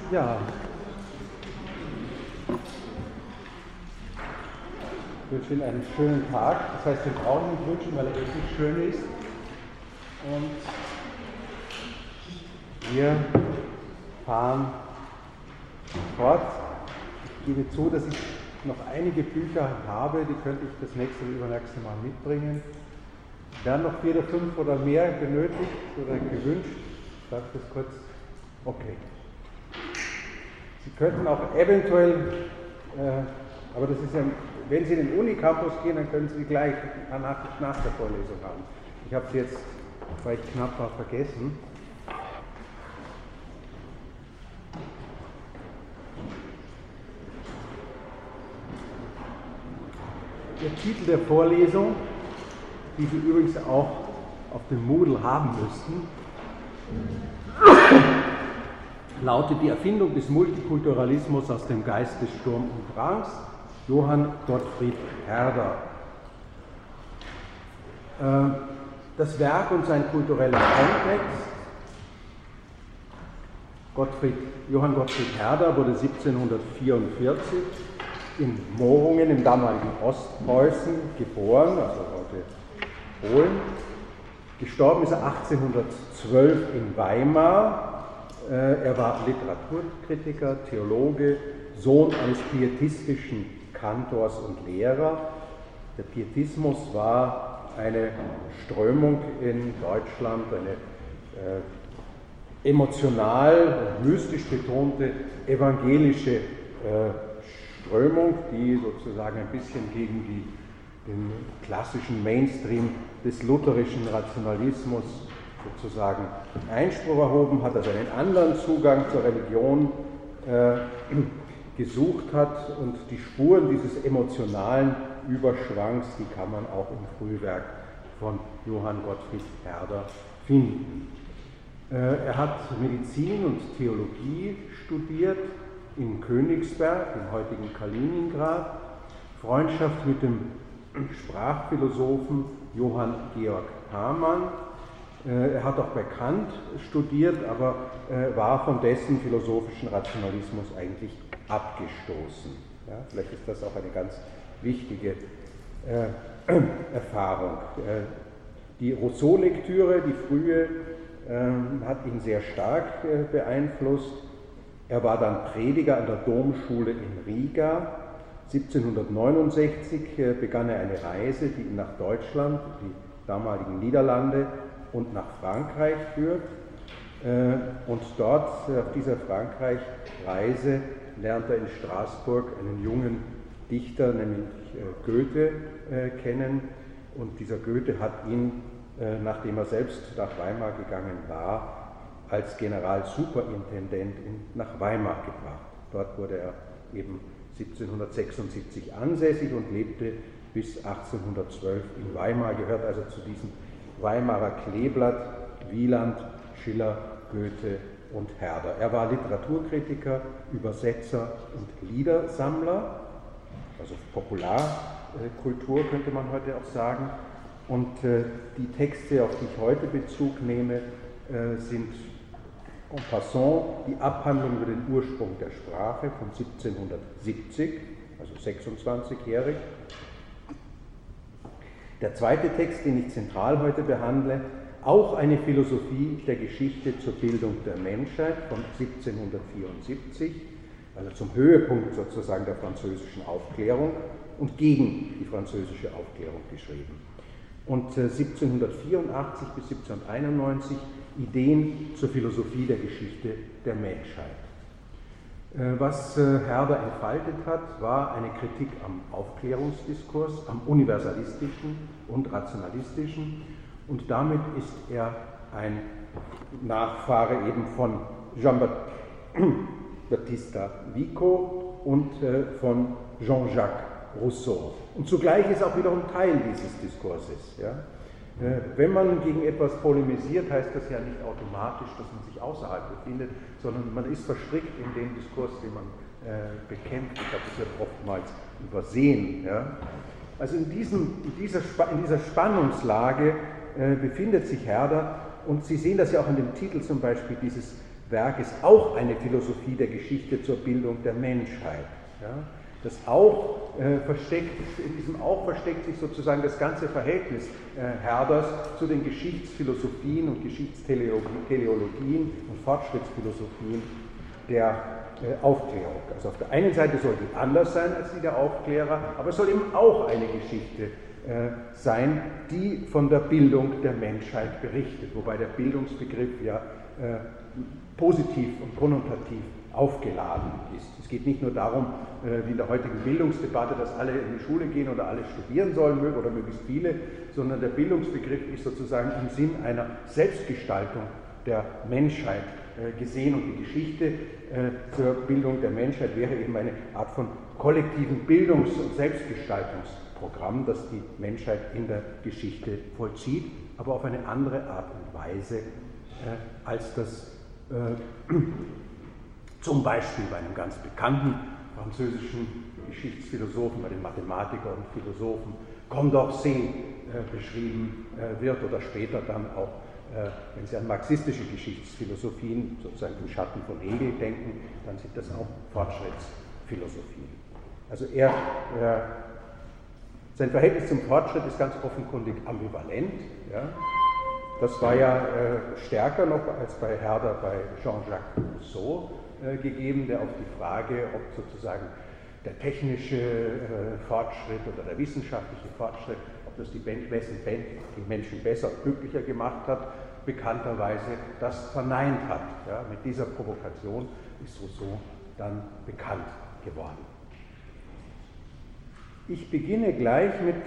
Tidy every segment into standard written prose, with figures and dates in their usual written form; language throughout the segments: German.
Ja, ich wünsche Ihnen einen schönen Tag. Das heißt, wir brauchen ihn wünschen, weil er wirklich schön ist. Und wir fahren fort. Ich gebe zu, dass ich noch einige Bücher habe, die könnte ich das nächste oder übernächste Mal mitbringen. Werden noch 4 oder 5 oder mehr benötigt oder gewünscht? Ich sage das kurz. Okay. Sie könnten auch eventuell, aber das ist ja, wenn Sie in den Unicampus gehen, dann können Sie gleich nach der Vorlesung haben. Ich habe sie jetzt, weil ich knapp war, vergessen. Der Titel der Vorlesung, die Sie übrigens auch auf dem Moodle haben müssten, lautet Die Erfindung des Multikulturalismus aus dem Geist des Sturm und Drangs, Johann Gottfried Herder. Das Werk und sein kultureller Kontext. Johann Gottfried Herder wurde 1744 in Mohrungen im damaligen Ostpreußen geboren, also heute Polen. Gestorben ist er 1812 in Weimar. Er war Literaturkritiker, Theologe, Sohn eines pietistischen Kantors und Lehrer. Der Pietismus war eine Strömung in Deutschland, eine emotional und mystisch betonte evangelische Strömung, die sozusagen ein bisschen gegen den klassischen Mainstream des lutherischen Rationalismus sozusagen Einspruch erhoben hat, also einen anderen Zugang zur Religion gesucht hat, und die Spuren dieses emotionalen Überschwangs, die kann man auch im Frühwerk von Johann Gottfried Herder finden. Er hat Medizin und Theologie studiert in Königsberg, im heutigen Kaliningrad, Freundschaft mit dem Sprachphilosophen Johann Georg Hamann. Er hat auch bei Kant studiert, aber war von dessen philosophischen Rationalismus eigentlich abgestoßen. Ja, vielleicht ist das auch eine ganz wichtige Erfahrung. Die Rousseau-Lektüre, die frühe, hat ihn sehr stark beeinflusst. Er war dann Prediger an der Domschule in Riga. 1769 begann er eine Reise, die ihn nach Deutschland, die damaligen Niederlande und nach Frankreich führt. Und dort, auf dieser Frankreich-Reise, lernt er in Straßburg einen jungen Dichter, nämlich Goethe, kennen. Und dieser Goethe hat ihn, nachdem er selbst nach Weimar gegangen war, als Generalsuperintendent nach Weimar gebracht. Dort wurde er eben 1776 ansässig und lebte bis 1812 in Weimar, gehört also zu diesem Weimarer Kleeblatt Wieland, Schiller, Goethe und Herder. Er war Literaturkritiker, Übersetzer und Liedersammler, also Popularkultur könnte man heute auch sagen. Und die Texte, auf die ich heute Bezug nehme, sind en passant die Abhandlung über den Ursprung der Sprache von 1770, also 26-jährig. Der zweite Text, den ich zentral heute behandle, auch eine Philosophie der Geschichte zur Bildung der Menschheit von 1774, also zum Höhepunkt sozusagen der französischen Aufklärung und gegen die französische Aufklärung geschrieben. Und 1784 bis 1791 Ideen zur Philosophie der Geschichte der Menschheit. Was Herder entfaltet hat, war eine Kritik am Aufklärungsdiskurs, am universalistischen und rationalistischen, und damit ist er ein Nachfahre eben von Jean-Baptiste Vico und von Jean-Jacques Rousseau. Und zugleich ist auch wiederum Teil dieses Diskurses. Ja? Wenn man gegen etwas polemisiert, heißt das ja nicht automatisch, dass man sich außerhalb befindet, sondern man ist verstrickt in den Diskurs, den man bekämpft. Ich glaube, das wird oftmals übersehen. Ja? Also in dieser Spannungslage befindet sich Herder, und Sie sehen das ja auch in dem Titel zum Beispiel dieses Werk ist auch eine Philosophie der Geschichte zur Bildung der Menschheit. Ja? Das auch in diesem Auch versteckt sich sozusagen das ganze Verhältnis Herders zu den Geschichtsphilosophien und Geschichtsteleologien und Fortschrittsphilosophien der Aufklärung. Also auf der einen Seite soll die anders sein als die der Aufklärer, aber es soll eben auch eine Geschichte sein, die von der Bildung der Menschheit berichtet, wobei der Bildungsbegriff ja positiv und konnotativ aufgeladen ist. Es geht nicht nur darum, wie in der heutigen Bildungsdebatte, dass alle in die Schule gehen oder alle studieren sollen oder möglichst viele, sondern der Bildungsbegriff ist sozusagen im Sinn einer Selbstgestaltung der Menschheit gesehen und die Geschichte zur Bildung der Menschheit wäre eben eine Art von kollektiven Bildungs- und Selbstgestaltungsprogramm, das die Menschheit in der Geschichte vollzieht, aber auf eine andere Art und Weise, als das zum Beispiel bei einem ganz bekannten französischen Geschichtsphilosophen, bei den Mathematikern und Philosophen Condorcet beschrieben wird oder später dann auch, wenn Sie an marxistische Geschichtsphilosophien sozusagen im Schatten von Hegel denken, dann sind das auch Fortschrittsphilosophien. Also sein Verhältnis zum Fortschritt ist ganz offenkundig ambivalent. Ja. Das war ja stärker noch als bei Herder bei Jean-Jacques Rousseau gegeben, der auf die Frage, ob sozusagen der technische Fortschritt oder der wissenschaftliche Fortschritt, ob das die Menschen besser und glücklicher gemacht hat, bekannterweise das verneint hat. Ja, mit dieser Provokation ist Rousseau dann bekannt geworden. Ich beginne gleich mit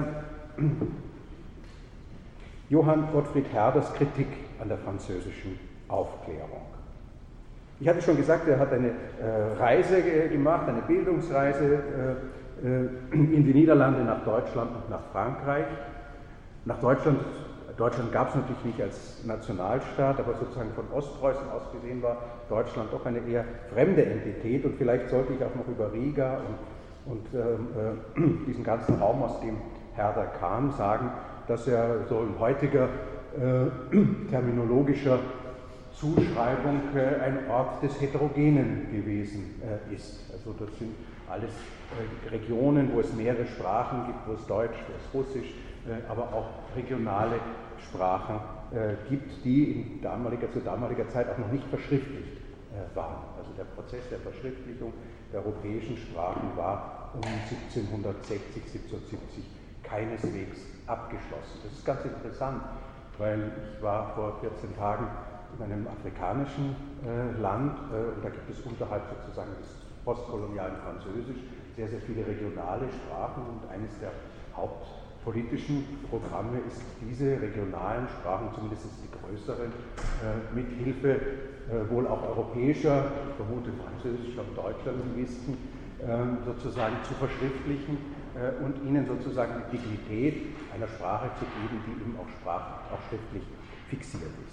Johann Gottfried Herders Kritik an der französischen Aufklärung. Ich hatte schon gesagt, er hat eine Reise gemacht, eine Bildungsreise in die Niederlande, nach Deutschland und nach Frankreich. Nach Deutschland gab es natürlich nicht als Nationalstaat, aber sozusagen von Ostpreußen aus gesehen war Deutschland doch eine eher fremde Entität und vielleicht sollte ich auch noch über Riga und diesen ganzen Raum, aus dem Herder kam, sagen, dass er so in heutiger terminologischer Zuschreibung ein Ort des Heterogenen gewesen ist. Also das sind alles Regionen, wo es mehrere Sprachen gibt, wo es Deutsch, wo es Russisch, aber auch regionale Sprachen gibt, die zu damaliger Zeit auch noch nicht verschriftlicht waren. Also der Prozess der Verschriftlichung der europäischen Sprachen war um 1760, 1770 keineswegs abgeschlossen. Das ist ganz interessant, weil ich war vor 14 Tagen in einem afrikanischen Land und da gibt es unterhalb sozusagen des postkolonialen Französisch sehr, sehr viele regionale Sprachen und eines der hauptpolitischen Programme ist, diese regionalen Sprachen, zumindest die größeren, mit Hilfe wohl auch europäischer, ich vermute französischer und deutscher Linguisten, sozusagen zu verschriftlichen und ihnen sozusagen die Dignität einer Sprache zu geben, die eben auch schriftlich fixiert ist.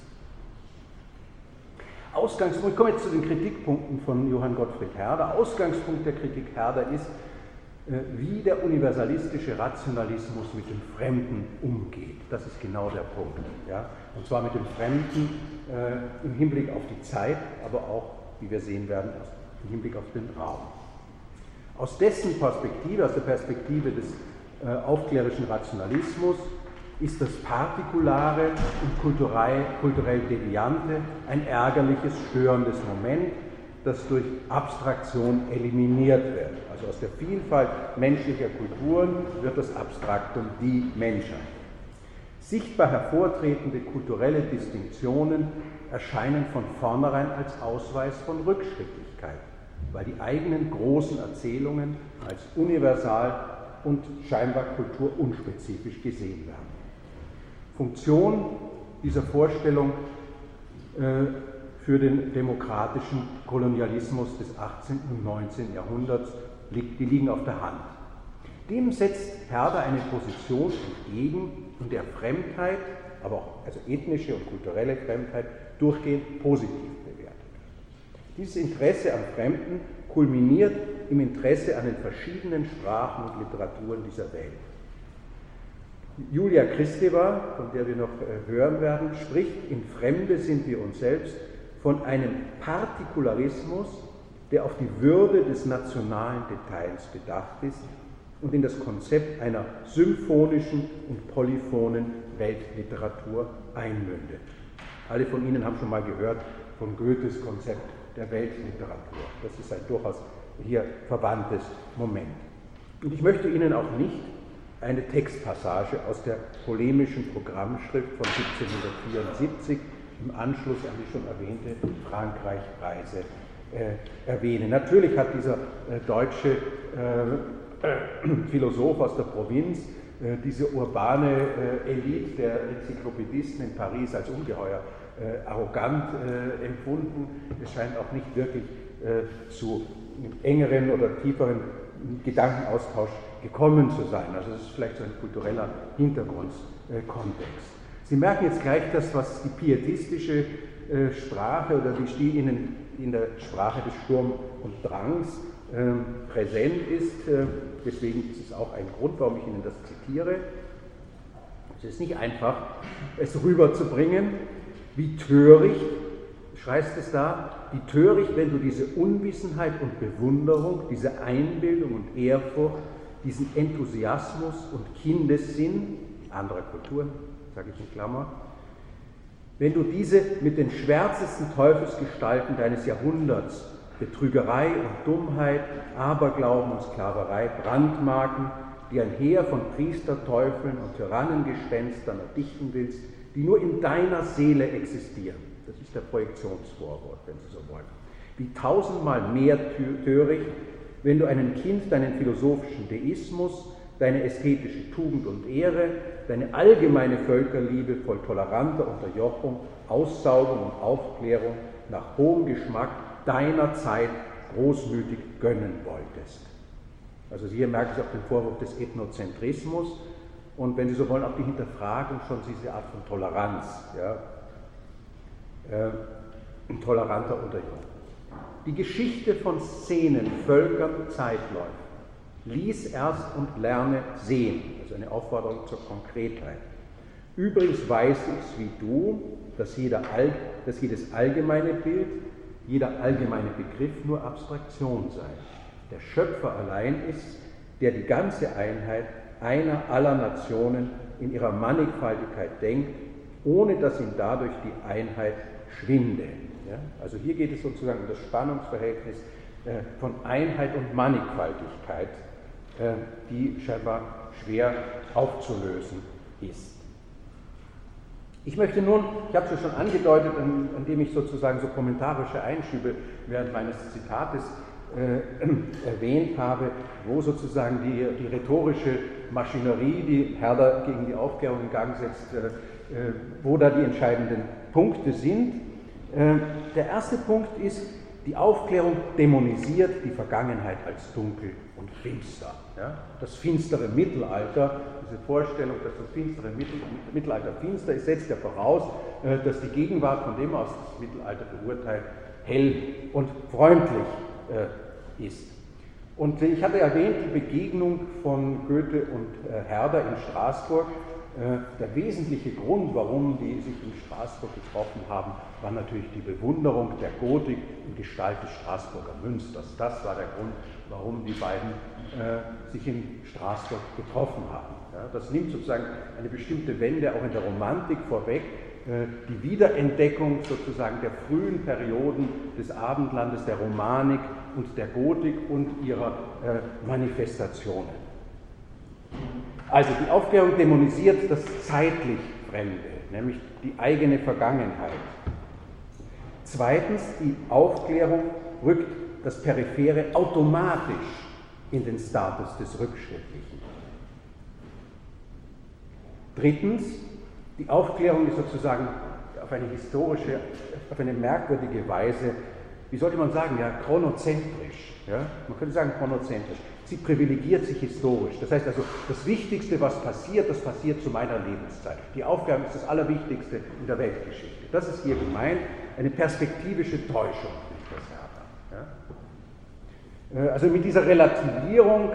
Ich komme jetzt zu den Kritikpunkten von Johann Gottfried Herder. Ausgangspunkt der Kritik Herder ist, wie der universalistische Rationalismus mit dem Fremden umgeht. Das ist genau der Punkt. Ja? Und zwar mit dem Fremden im Hinblick auf die Zeit, aber auch, wie wir sehen werden, im Hinblick auf den Raum. Aus dessen Perspektive, aus der Perspektive des aufklärischen Rationalismus, ist das Partikulare und kulturell Deviante ein ärgerliches, störendes Moment, das durch Abstraktion eliminiert wird. Also aus der Vielfalt menschlicher Kulturen wird das Abstraktum die Menschheit. Sichtbar hervortretende kulturelle Distinktionen erscheinen von vornherein als Ausweis von Rückschrittlichkeit, weil die eigenen großen Erzählungen als universal und scheinbar kulturunspezifisch gesehen werden. Funktion dieser Vorstellung für den demokratischen Kolonialismus des 18. und 19. Jahrhunderts, die liegen auf der Hand. Dem setzt Herder eine Position entgegen, in der Fremdheit, aber auch also ethnische und kulturelle Fremdheit, durchgehend positiv bewertet wird. Dieses Interesse am Fremden kulminiert im Interesse an den verschiedenen Sprachen und Literaturen dieser Welt. Julia Kristeva, von der wir noch hören werden, spricht: In Fremde sind wir uns selbst von einem Partikularismus, der auf die Würde des nationalen Details bedacht ist und in das Konzept einer symphonischen und polyphonen Weltliteratur einmündet. Alle von Ihnen haben schon mal gehört von Goethes Konzept der Weltliteratur. Das ist ein durchaus hier verwandtes Moment. Und ich möchte Ihnen auch nicht eine Textpassage aus der polemischen Programmschrift von 1774 im Anschluss an die schon erwähnte Frankreich-Reise erwähnen. Natürlich hat dieser deutsche Philosoph aus der Provinz diese urbane Elite der Enzyklopädisten in Paris als ungeheuer arrogant empfunden. Es scheint auch nicht wirklich zu engeren oder tieferen Gedankenaustausch gekommen zu sein. Also das ist vielleicht so ein kultureller Hintergrundkontext. Sie merken jetzt gleich das, was die pietistische Sprache oder die Stil in der Sprache des Sturm und Drangs präsent ist. Deswegen ist es auch ein Grund, warum ich Ihnen das zitiere. Es ist nicht einfach, es rüberzubringen, wie töricht, schreist es da, wie töricht, wenn du diese Unwissenheit und Bewunderung, diese Einbildung und Ehrfurcht, diesen Enthusiasmus und Kindessinn anderer Kulturen, sage ich in Klammer, wenn du diese mit den schwärzesten Teufelsgestalten deines Jahrhunderts, Betrügerei und Dummheit, Aberglauben und Sklaverei, brandmarken, die ein Heer von Priesterteufeln und Tyrannengespenstern erdichten willst, die nur in deiner Seele existieren. Das ist der Projektionsvorwurf, wenn Sie so wollen. Wie tausendmal mehr töricht, wenn du einem Kind deinen philosophischen Deismus, deine ästhetische Tugend und Ehre, deine allgemeine Völkerliebe voll toleranter Unterjochung, Aussaugung und Aufklärung nach hohem Geschmack deiner Zeit großmütig gönnen wolltest. Also hier merken Sie auch den Vorwurf des Ethnozentrismus und wenn Sie so wollen, auch die Hinterfragung schon diese Art von Toleranz, ja, toleranter Unterjochung. Die Geschichte von Szenen, Völkern, Zeitläufen lies erst und lerne sehen, also eine Aufforderung zur Konkretheit. Übrigens weiß ich, wie du, dass jedes allgemeine Bild, jeder allgemeine Begriff nur Abstraktion sei. Der Schöpfer allein ist, der die ganze Einheit einer aller Nationen in ihrer Mannigfaltigkeit denkt, ohne dass ihm dadurch die Einheit schwinde. Ja? Also hier geht es sozusagen um das Spannungsverhältnis von Einheit und Mannigfaltigkeit, die scheinbar schwer aufzulösen ist. Ich möchte nun, ich habe es schon angedeutet, indem ich sozusagen so kommentarische Einschübe während meines Zitates erwähnt habe, wo sozusagen die rhetorische Maschinerie, die Herder gegen die Aufklärung in Gang setzt, wo da die entscheidenden Punkte sind. Der erste Punkt ist, die Aufklärung dämonisiert die Vergangenheit als dunkel und finster. Ja? Das finstere Mittelalter, diese Vorstellung, dass das finstere Mittelalter finster ist, setzt ja voraus, dass die Gegenwart, von dem aus das Mittelalter beurteilt, hell und freundlich ist. Und ich hatte erwähnt, die Begegnung von Goethe und Herder in Straßburg. Der wesentliche Grund, warum die sich in Straßburg getroffen haben, war natürlich die Bewunderung der Gotik in Gestalt des Straßburger Münsters. Das war der Grund, warum die beiden sich in Straßburg getroffen haben. Ja, das nimmt sozusagen eine bestimmte Wende auch in der Romantik vorweg, die Wiederentdeckung sozusagen der frühen Perioden des Abendlandes, der Romanik und der Gotik und ihrer Manifestationen. Also die Aufklärung dämonisiert das zeitlich Fremde, nämlich die eigene Vergangenheit. Zweitens, die Aufklärung rückt das Periphere automatisch in den Status des Rückschrittlichen. Drittens, die Aufklärung ist sozusagen auf eine merkwürdige Weise, wie sollte man sagen, ja, chronozentrisch. Ja? Man könnte sagen chronozentrisch. Sie privilegiert sich historisch. Das heißt also, das Wichtigste, was passiert, das passiert zu meiner Lebenszeit. Die Aufklärung ist das Allerwichtigste in der Weltgeschichte. Das ist hier gemeint, eine perspektivische Täuschung, nicht das Herder. Ja? Also mit dieser Relativierung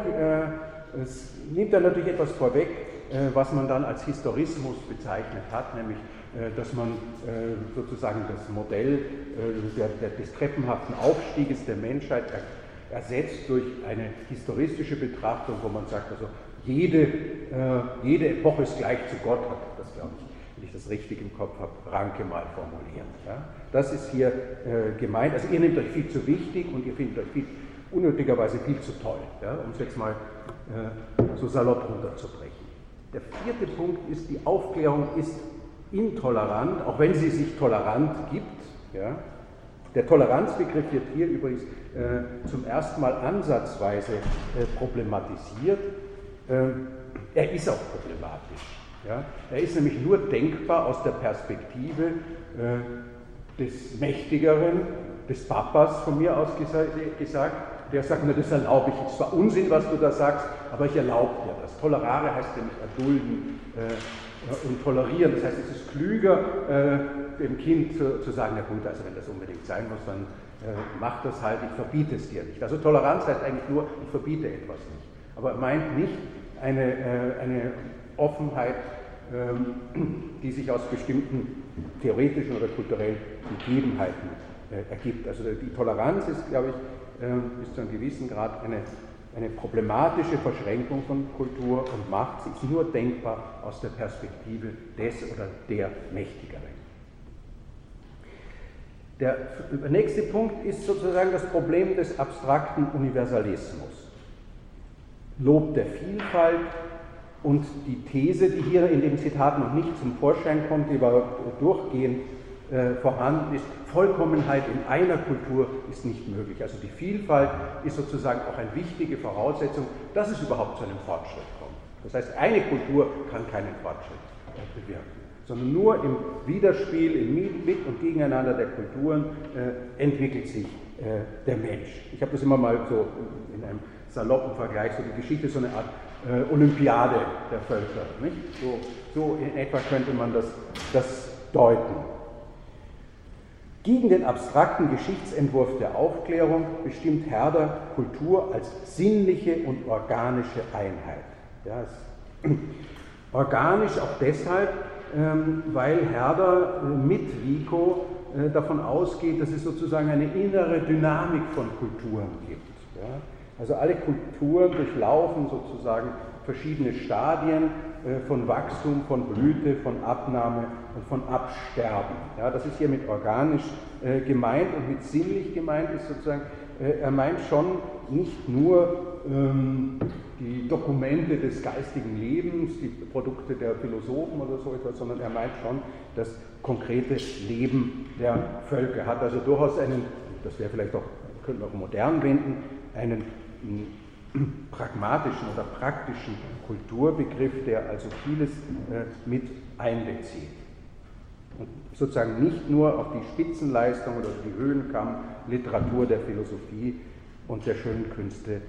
nimmt er natürlich etwas vorweg, was man dann als Historismus bezeichnet hat, nämlich dass man sozusagen das Modell des treppenhaften Aufstieges der Menschheit ersetzt durch eine historistische Betrachtung, wo man sagt, also jede Epoche ist gleich zu Gott, hat das, glaube ich, wenn ich das richtig im Kopf habe, Ranke mal formuliert. Ja? Das ist hier gemeint. Also ihr nehmt euch viel zu wichtig und ihr findet euch unnötigerweise viel zu toll, ja? Um es jetzt mal so salopp runterzubrechen. Der vierte Punkt ist, die Aufklärung ist intolerant, auch wenn sie sich tolerant gibt. Ja? Der Toleranzbegriff wird hier übrigens zum ersten Mal ansatzweise problematisiert. Er ist auch problematisch. Ja? Er ist nämlich nur denkbar aus der Perspektive des Mächtigeren, des Papas von mir aus gesagt, der sagt, na, das erlaube ich, es war Unsinn, was du da sagst, aber ich erlaube dir das. Tolerare heißt ja nicht erdulden und tolerieren, das heißt, es ist klüger, dem Kind zu sagen, na gut, also wenn das unbedingt sein muss, dann mach das halt, ich verbiete es dir nicht. Also Toleranz heißt eigentlich nur, ich verbiete etwas nicht. Aber er meint nicht eine Offenheit, die sich aus bestimmten theoretischen oder kulturellen Gegebenheiten ergibt. Also die Toleranz ist, glaube ich, bis zu einem gewissen Grad eine problematische Verschränkung von Kultur und Macht. Sie ist nur denkbar aus der Perspektive des oder der Mächtigeren. Der nächste Punkt ist sozusagen das Problem des abstrakten Universalismus. Lob der Vielfalt und die These, die hier in dem Zitat noch nicht zum Vorschein kommt, die aber durchgehend vorhanden ist, Vollkommenheit in einer Kultur ist nicht möglich. Also die Vielfalt ist sozusagen auch eine wichtige Voraussetzung, dass es überhaupt zu einem Fortschritt kommt. Das heißt, eine Kultur kann keinen Fortschritt bewirken, sondern nur im Widerspiel, im Mit- und Gegeneinander der Kulturen entwickelt sich der Mensch. Ich habe das immer mal so in einem saloppen Vergleich, so die Geschichte, so eine Art Olympiade der Völker. Nicht? So in etwa könnte man das deuten. Gegen den abstrakten Geschichtsentwurf der Aufklärung bestimmt Herder Kultur als sinnliche und organische Einheit. Ja, organisch auch deshalb, weil Herder mit Vico davon ausgeht, dass es sozusagen eine innere Dynamik von Kulturen gibt. Ja? Also alle Kulturen durchlaufen sozusagen verschiedene Stadien von Wachstum, von Blüte, von Abnahme und von Absterben. Ja, das ist hier mit organisch gemeint und mit sinnlich gemeint ist sozusagen, er meint schon nicht nur die Dokumente des geistigen Lebens, die Produkte der Philosophen oder so etwas, sondern er meint schon das konkrete Leben der Völker. Hat also durchaus einen, das wäre vielleicht auch, könnten wir auch modern wenden, einen pragmatischen oder praktischen Kulturbegriff, der also vieles mit einbezieht. Und sozusagen nicht nur auf die Spitzenleistung oder die Höhenkamm-Literatur der Philosophie und der schönen Künste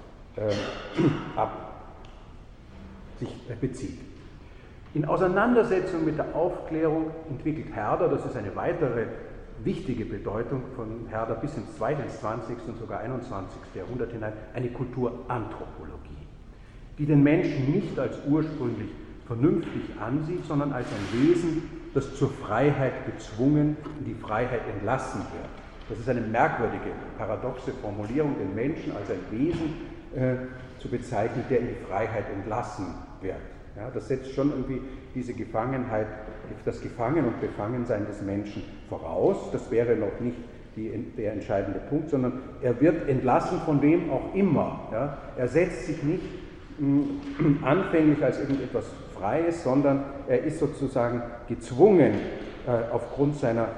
sich bezieht. In Auseinandersetzung mit der Aufklärung entwickelt Herder, das ist eine weitere wichtige Bedeutung von Herder bis ins 20. und sogar 21. Jahrhundert hinein, eine Kulturanthropologie, die den Menschen nicht als ursprünglich vernünftig ansieht, sondern als ein Wesen, das zur Freiheit gezwungen, in die Freiheit entlassen wird. Das ist eine merkwürdige, paradoxe Formulierung, den Menschen als ein Wesen zu bezeichnen, der in die Freiheit entlassen wird. Ja, das setzt schon irgendwie diese Gefangenheit, das Gefangen- und Befangensein des Menschen voraus. Das wäre noch nicht der entscheidende Punkt, sondern er wird entlassen von wem auch immer. Ja. Er setzt sich nicht anfänglich als irgendetwas Freies, sondern er ist sozusagen gezwungen, aufgrund seiner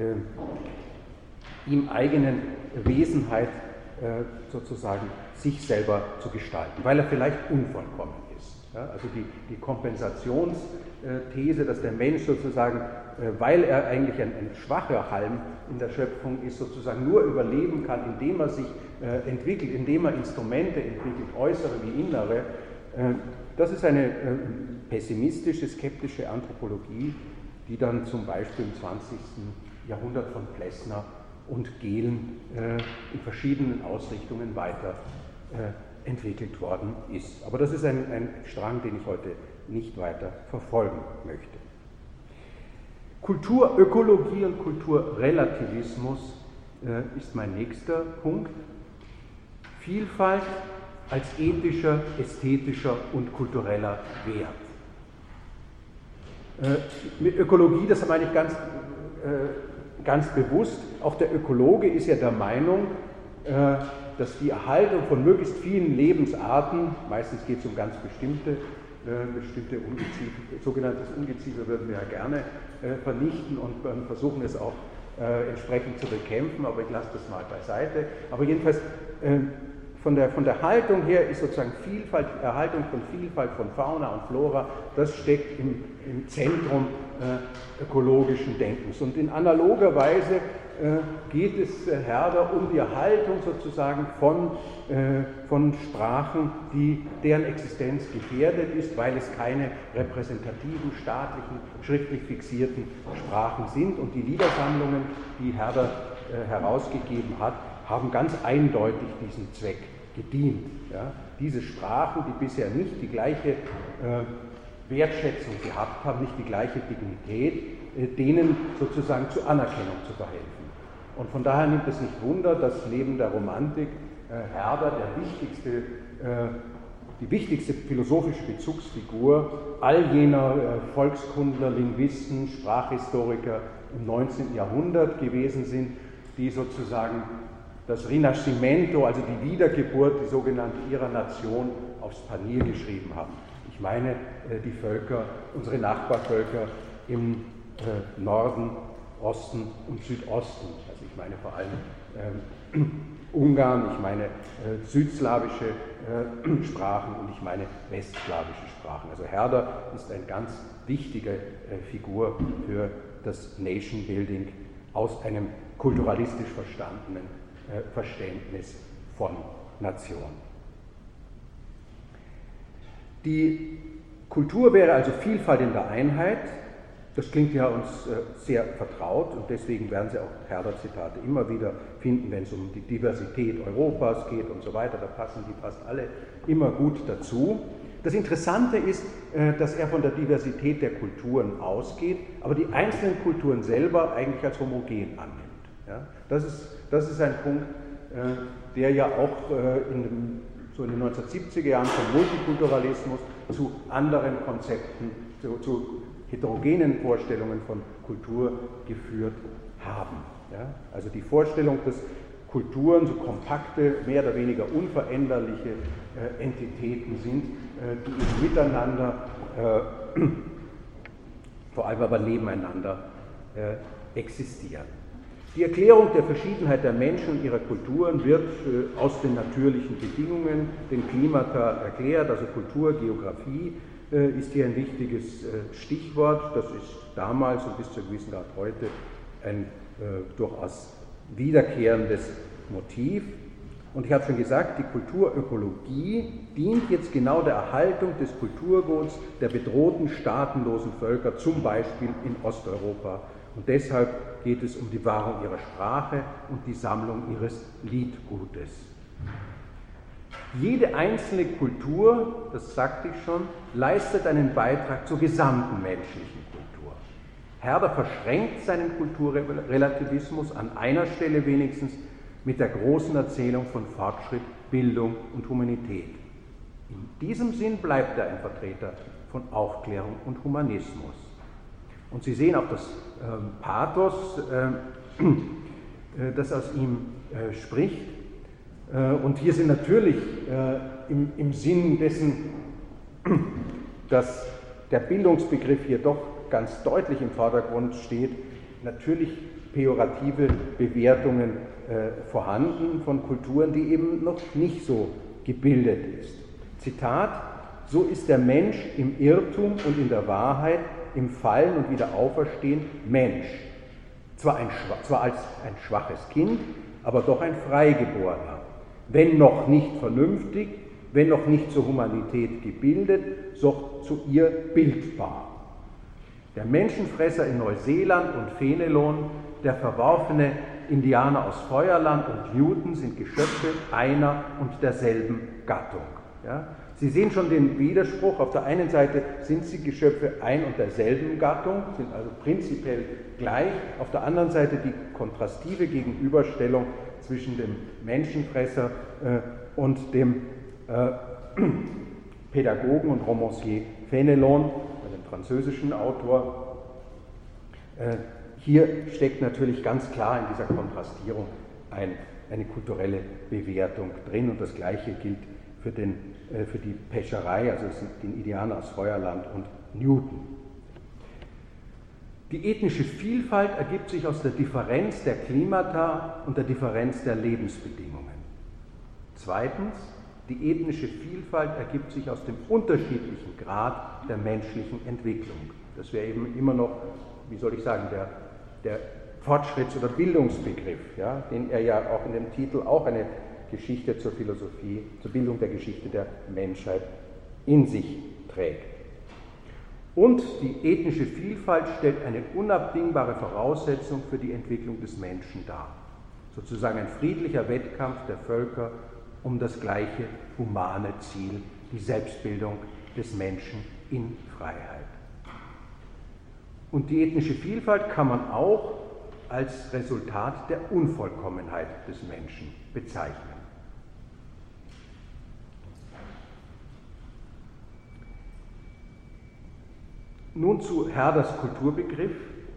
ihm eigenen Wesenheit sozusagen sich selber zu gestalten, weil er vielleicht unvollkommen ist. Ja, also die Kompensationsthese, dass der Mensch sozusagen, weil er eigentlich ein schwacher Halm in der Schöpfung ist, sozusagen nur überleben kann, indem er sich entwickelt, indem er Instrumente entwickelt, äußere wie innere, das ist eine pessimistische, skeptische Anthropologie, die dann zum Beispiel im 20. Jahrhundert von Plessner und Gehlen in verschiedenen Ausrichtungen weiter entwickelt worden ist. Aber das ist ein Strang, den ich heute nicht weiter verfolgen möchte. Kulturökologie und Kulturrelativismus ist mein nächster Punkt. Vielfalt als ethischer, ästhetischer und kultureller Wert. Mit Ökologie, das meine ich ganz bewusst, auch der Ökologe ist ja der Meinung, dass die Erhaltung von möglichst vielen Lebensarten, meistens geht es um ganz bestimmte Ungeziefer, sogenanntes Ungeziefer würden wir ja gerne vernichten und versuchen es auch entsprechend zu bekämpfen, aber ich lasse das mal beiseite. Aber jedenfalls von der Haltung her ist sozusagen Erhaltung von Vielfalt von Fauna und Flora, das steckt im Zentrum ökologischen Denkens. Und in analoger Weise geht es Herder um die Erhaltung sozusagen von Sprachen, deren Existenz gefährdet ist, weil es keine repräsentativen, staatlichen, schriftlich fixierten Sprachen sind. Und die Liedersammlungen, die Herder herausgegeben hat, haben ganz eindeutig diesem Zweck gedient. Ja? Diese Sprachen, die bisher nicht die gleiche Wertschätzung gehabt haben, nicht die gleiche Dignität, denen sozusagen zur Anerkennung zu verhelfen. Und von daher nimmt es nicht Wunder, dass neben der Romantik Herder die wichtigste philosophische Bezugsfigur all jener Volkskundler, Linguisten, Sprachhistoriker im 19. Jahrhundert gewesen sind, die sozusagen das Rinascimento, also die Wiedergeburt, die sogenannte ihrer Nation, aufs Panier geschrieben haben. Ich meine die Völker, unsere Nachbarvölker im Norden, Osten und Südosten. Also ich meine vor allem Ungarn, ich meine südslawische Sprachen und ich meine westslawische Sprachen. Also Herder ist eine ganz wichtige Figur für das Nation Building aus einem kulturalistisch verstandenen Verständnis von Nation. Die Kultur wäre also Vielfalt in der Einheit. Das klingt ja uns sehr vertraut und deswegen werden Sie auch Herder-Zitate immer wieder finden, wenn es um die Diversität Europas geht und so weiter. Da passen die fast alle immer gut dazu. Das Interessante ist, dass er von der Diversität der Kulturen ausgeht, aber die einzelnen Kulturen selber eigentlich als homogen annimmt. Ja? Das ist ein Punkt, der ja auch so in den 1970er Jahren vom Multikulturalismus zu anderen Konzepten, zu heterogenen Vorstellungen von Kultur geführt haben. Ja? Also die Vorstellung, dass Kulturen so kompakte, mehr oder weniger unveränderliche Entitäten sind, die eben miteinander, vor allem aber nebeneinander existieren. Die Erklärung der Verschiedenheit der Menschen und ihrer Kulturen wird aus den natürlichen Bedingungen, den Klimata erklärt, also Kultur, Geografie ist hier ein wichtiges Stichwort. Das ist damals und bis zu einem gewissen Grad heute ein durchaus wiederkehrendes Motiv. Und ich habe schon gesagt, die Kulturökologie dient jetzt genau der Erhaltung des Kulturguts der bedrohten, staatenlosen Völker, zum Beispiel in Osteuropa. Und deshalb geht es um die Wahrung ihrer Sprache und die Sammlung ihres Liedgutes. Jede einzelne Kultur, das sagte ich schon, leistet einen Beitrag zur gesamten menschlichen Kultur. Herder verschränkt seinen Kulturrelativismus an einer Stelle wenigstens mit der großen Erzählung von Fortschritt, Bildung und Humanität. In diesem Sinn bleibt er ein Vertreter von Aufklärung und Humanismus. Und Sie sehen auch das Pathos, das aus ihm spricht. Und hier sind natürlich im Sinn dessen, dass der Bildungsbegriff hier doch ganz deutlich im Vordergrund steht, natürlich pejorative Bewertungen vorhanden von Kulturen, die eben noch nicht so gebildet ist. Zitat: So ist der Mensch im Irrtum und in der Wahrheit, im Fallen und Wiederauferstehen Mensch. Zwar als ein schwaches Kind, aber doch ein Freigeborener. Wenn noch nicht vernünftig, wenn noch nicht zur Humanität gebildet, so zu ihr bildbar. Der Menschenfresser in Neuseeland und Fenelon, der verworfene Indianer aus Feuerland und Newton sind Geschöpfe einer und derselben Gattung. Ja? Sie sehen schon den Widerspruch. Auf der einen Seite sind sie Geschöpfe ein und derselben Gattung, sind also prinzipiell gleich. Auf der anderen Seite die kontrastive Gegenüberstellung zwischen dem Menschenfresser und dem Pädagogen und Romancier Fénelon, einem französischen Autor. Hier steckt natürlich ganz klar in dieser Kontrastierung eine kulturelle Bewertung drin, und das Gleiche gilt für die Pescherei, also den Indianer aus Feuerland und Newton. Die ethnische Vielfalt ergibt sich aus der Differenz der Klimata und der Differenz der Lebensbedingungen. Zweitens, die ethnische Vielfalt ergibt sich aus dem unterschiedlichen Grad der menschlichen Entwicklung. Das wäre eben immer noch, wie soll ich sagen, der Fortschritts- oder Bildungsbegriff, ja, den er ja auch in dem Titel auch eine Geschichte zur Philosophie, zur Bildung der Geschichte der Menschheit in sich trägt. Und die ethnische Vielfalt stellt eine unabdingbare Voraussetzung für die Entwicklung des Menschen dar. Sozusagen ein friedlicher Wettkampf der Völker um das gleiche humane Ziel, die Selbstbildung des Menschen in Freiheit. Und die ethnische Vielfalt kann man auch als Resultat der Unvollkommenheit des Menschen bezeichnen. Nun zu Herders Kulturbegriff.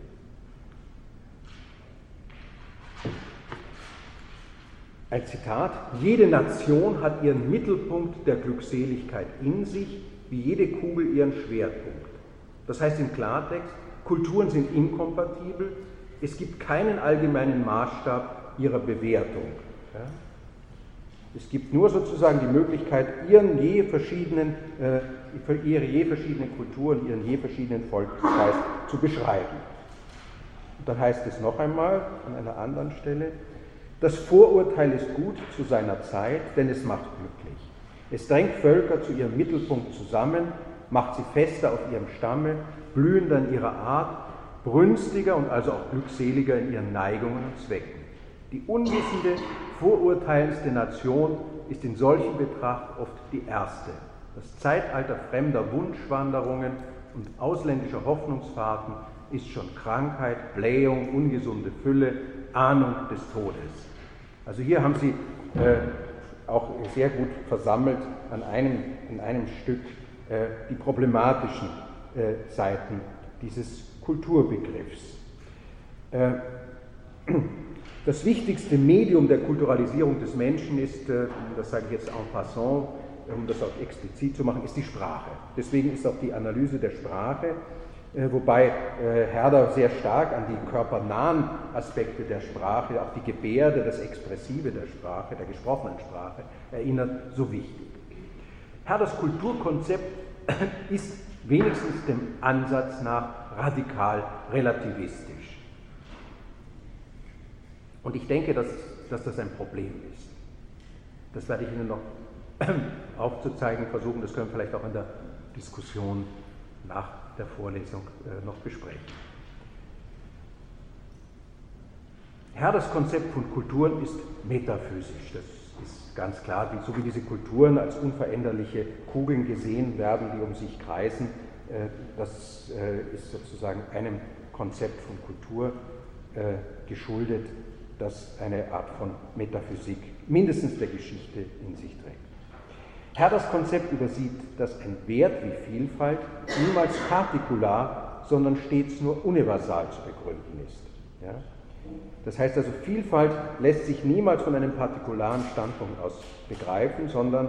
Ein Zitat: Jede Nation hat ihren Mittelpunkt der Glückseligkeit in sich, wie jede Kugel ihren Schwerpunkt. Das heißt im Klartext, Kulturen sind inkompatibel, es gibt keinen allgemeinen Maßstab ihrer Bewertung. Ja? Es gibt nur sozusagen die Möglichkeit, ihre je verschiedenen Kulturen, ihren je verschiedenen Volkskreis zu beschreiben. Und dann heißt es noch einmal an einer anderen Stelle: Das Vorurteil ist gut zu seiner Zeit, denn es macht glücklich. Es drängt Völker zu ihrem Mittelpunkt zusammen, macht sie fester auf ihrem Stamme, blühender in ihrer Art, brünstiger und also auch glückseliger in ihren Neigungen und Zwecken. Die unwissende, vorurteilendste Nation ist in solchen Betracht oft die erste. Das Zeitalter fremder Wunschwanderungen und ausländischer Hoffnungsfahrten ist schon Krankheit, Blähung, ungesunde Fülle, Ahnung des Todes. Also hier haben Sie auch sehr gut versammelt in einem Stück die problematischen Seiten dieses Kulturbegriffs. Das wichtigste Medium der Kulturalisierung des Menschen ist, das sage ich jetzt en passant, um das auch explizit zu machen, ist die Sprache. Deswegen ist auch die Analyse der Sprache, wobei Herder sehr stark an die körpernahen Aspekte der Sprache, auch die Gebärde, das Expressive der Sprache, der gesprochenen Sprache erinnert, so wichtig. Herders Kulturkonzept ist wenigstens dem Ansatz nach radikal relativistisch. Und ich denke, dass das ein Problem ist. Das werde ich Ihnen noch aufzuzeigen versuchen, das können wir vielleicht auch in der Diskussion nach der Vorlesung noch besprechen. Herders Konzept von Kulturen ist metaphysisch, das ist ganz klar, so wie diese Kulturen als unveränderliche Kugeln gesehen werden, die um sich kreisen, das ist sozusagen einem Konzept von Kultur geschuldet, das eine Art von Metaphysik, mindestens der Geschichte, in sich trägt. Herders Konzept übersieht, dass ein Wert wie Vielfalt niemals partikular, sondern stets nur universal zu begründen ist. Ja? Das heißt also, Vielfalt lässt sich niemals von einem partikularen Standpunkt aus begreifen, sondern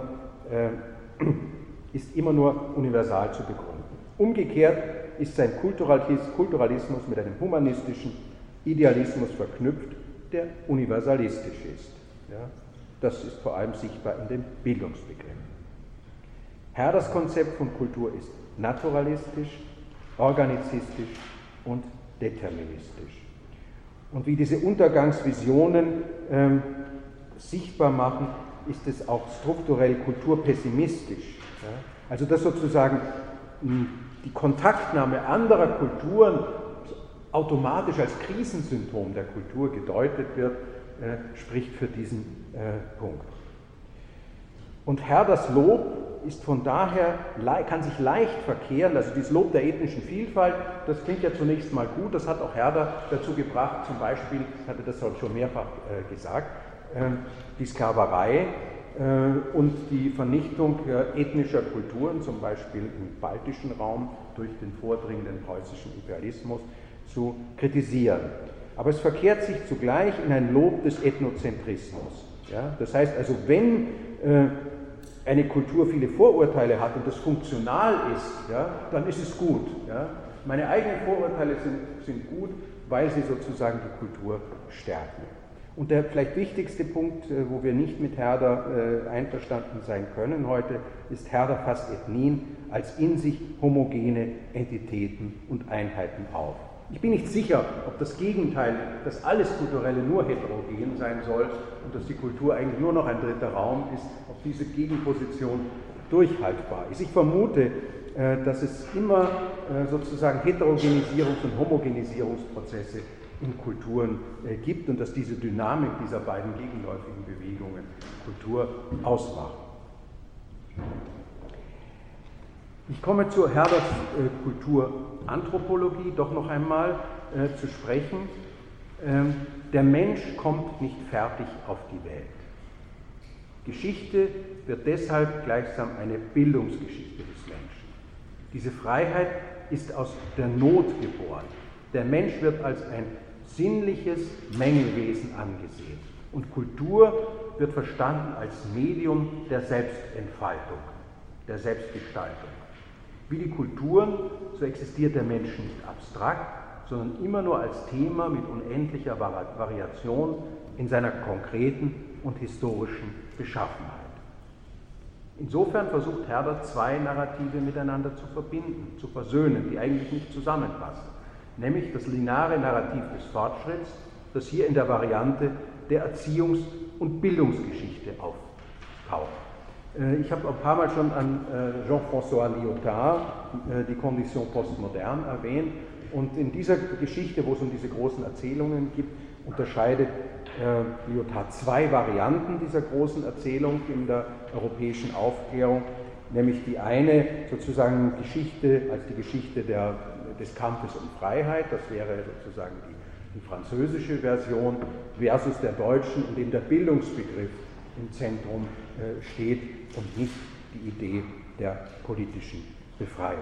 ist immer nur universal zu begründen. Umgekehrt ist sein Kulturalismus mit einem humanistischen Idealismus verknüpft, der universalistisch ist. Ja? Das ist vor allem sichtbar in dem Bildungsbegriff. Herders Konzept von Kultur ist naturalistisch, organizistisch und deterministisch. Und wie diese Untergangsvisionen sichtbar machen, ist es auch strukturell kulturpessimistisch. Ja? Also dass sozusagen die Kontaktnahme anderer Kulturen automatisch als Krisensymptom der Kultur gedeutet wird, spricht für diesen Punkt. Und Herders Lob ist von daher, kann sich leicht verkehren, also dieses Lob der ethnischen Vielfalt, das klingt ja zunächst mal gut, das hat auch Herder dazu gebracht, zum Beispiel, ich hatte das schon mehrfach gesagt, die Sklaverei und die Vernichtung ethnischer Kulturen, zum Beispiel im baltischen Raum durch den vordringenden preußischen Imperialismus, zu kritisieren. Aber es verkehrt sich zugleich in ein Lob des Ethnozentrismus. Ja? Das heißt also, wenn eine Kultur viele Vorurteile hat und das funktional ist, ja, dann ist es gut. Ja? Meine eigenen Vorurteile sind gut, weil sie sozusagen die Kultur stärken. Und der vielleicht wichtigste Punkt, wo wir nicht mit Herder einverstanden sein können heute, ist, Herder fasst Ethnien als in sich homogene Entitäten und Einheiten auf. Ich bin nicht sicher, ob das Gegenteil, dass alles Kulturelle nur heterogen sein soll und dass die Kultur eigentlich nur noch ein dritter Raum ist, ob diese Gegenposition durchhaltbar ist. Ich vermute, dass es immer sozusagen Heterogenisierungs- und Homogenisierungsprozesse in Kulturen gibt und dass diese Dynamik dieser beiden gegenläufigen Bewegungen Kultur ausmacht. Ich komme zu Herders Kulturanthropologie doch noch einmal zu sprechen. Der Mensch kommt nicht fertig auf die Welt. Geschichte wird deshalb gleichsam eine Bildungsgeschichte des Menschen. Diese Freiheit ist aus der Not geboren. Der Mensch wird als ein sinnliches Mängelwesen angesehen und Kultur wird verstanden als Medium der Selbstentfaltung, der Selbstgestaltung. Wie die Kulturen, so existiert der Mensch nicht abstrakt, sondern immer nur als Thema mit unendlicher Variation in seiner konkreten und historischen Beschaffenheit. Insofern versucht Herder, zwei Narrative miteinander zu verbinden, zu versöhnen, die eigentlich nicht zusammenpassen. Nämlich das lineare Narrativ des Fortschritts, das hier in der Variante der Erziehungs- und Bildungsgeschichte auftaucht. Ich habe ein paar Mal schon an Jean-François Lyotard die Condition postmoderne erwähnt und in dieser Geschichte, wo es um diese großen Erzählungen geht, unterscheidet Lyotard zwei Varianten dieser großen Erzählung in der europäischen Aufklärung, nämlich die eine sozusagen Geschichte als die Geschichte des Kampfes um Freiheit, das wäre sozusagen die französische Version, versus der deutschen, in dem der Bildungsbegriff im Zentrum steht und nicht die Idee der politischen Befreiung.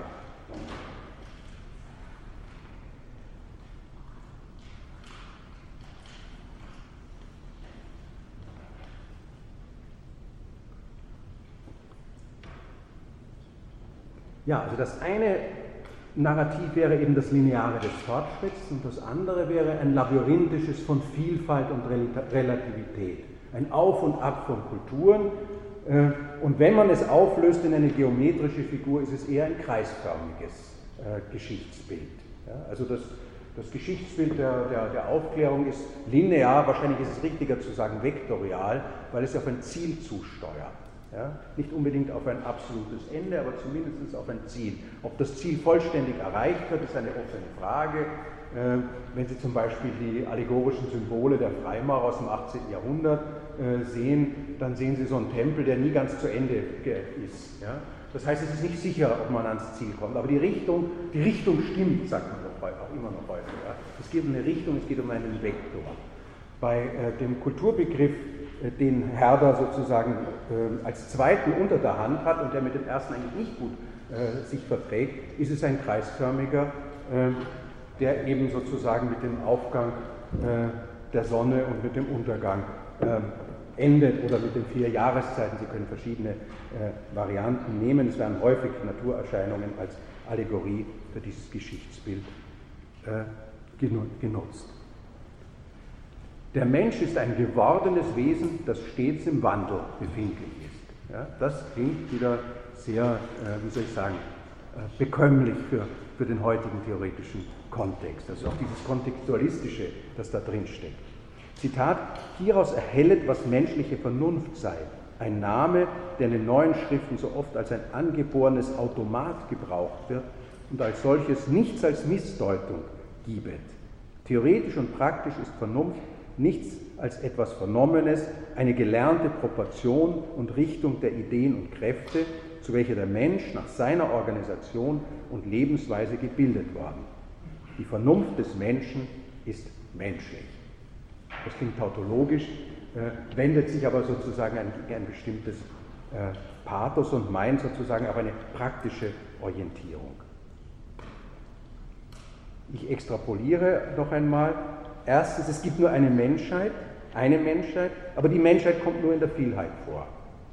Ja, also das eine Narrativ wäre eben das Lineare des Fortschritts und das andere wäre ein labyrinthisches von Vielfalt und Relativität, ein Auf und Ab von Kulturen. Und wenn man es auflöst in eine geometrische Figur, ist es eher ein kreisförmiges Geschichtsbild. Ja, also das Geschichtsbild der Aufklärung ist linear, wahrscheinlich ist es richtiger zu sagen vektorial, weil es auf ein Ziel zusteuert. Ja, nicht unbedingt auf ein absolutes Ende, aber zumindest auf ein Ziel. Ob das Ziel vollständig erreicht wird, ist eine offene Frage. Wenn Sie zum Beispiel die allegorischen Symbole der Freimaurer aus dem 18. Jahrhundert sehen, dann sehen Sie so einen Tempel, der nie ganz zu Ende ist. Ja? Das heißt, es ist nicht sicher, ob man ans Ziel kommt, aber die Richtung stimmt, sagt man doch auch immer noch heute. Ja? Es geht um eine Richtung, es geht um einen Vektor. Bei dem Kulturbegriff, den Herder sozusagen als zweiten unter der Hand hat und der mit dem ersten eigentlich nicht gut sich verträgt, ist es ein kreisförmiger, der eben sozusagen mit dem Aufgang der Sonne und mit dem Untergang endet oder mit den 4 Jahreszeiten. Sie können verschiedene Varianten nehmen. Es werden häufig Naturerscheinungen als Allegorie für dieses Geschichtsbild genutzt. Der Mensch ist ein gewordenes Wesen, das stets im Wandel befindlich ist. Ja, das klingt wieder sehr, bekömmlich für den heutigen theoretischen Kontext. Also auch dieses Kontextualistische, das da drin steckt. Zitat: Hieraus erhellet, was menschliche Vernunft sei. Ein Name, der in den neuen Schriften so oft als ein angeborenes Automat gebraucht wird und als solches nichts als Missdeutung gibet. Theoretisch und praktisch ist Vernunft nichts als etwas Vernommenes, eine gelernte Proportion und Richtung der Ideen und Kräfte, zu welcher der Mensch nach seiner Organisation und Lebensweise gebildet worden. Die Vernunft des Menschen ist menschlich. Das klingt tautologisch, wendet sich aber sozusagen an ein bestimmtes Pathos und meint sozusagen auch eine praktische Orientierung. Ich extrapoliere noch einmal. Erstens, es gibt nur eine Menschheit, aber die Menschheit kommt nur in der Vielheit vor.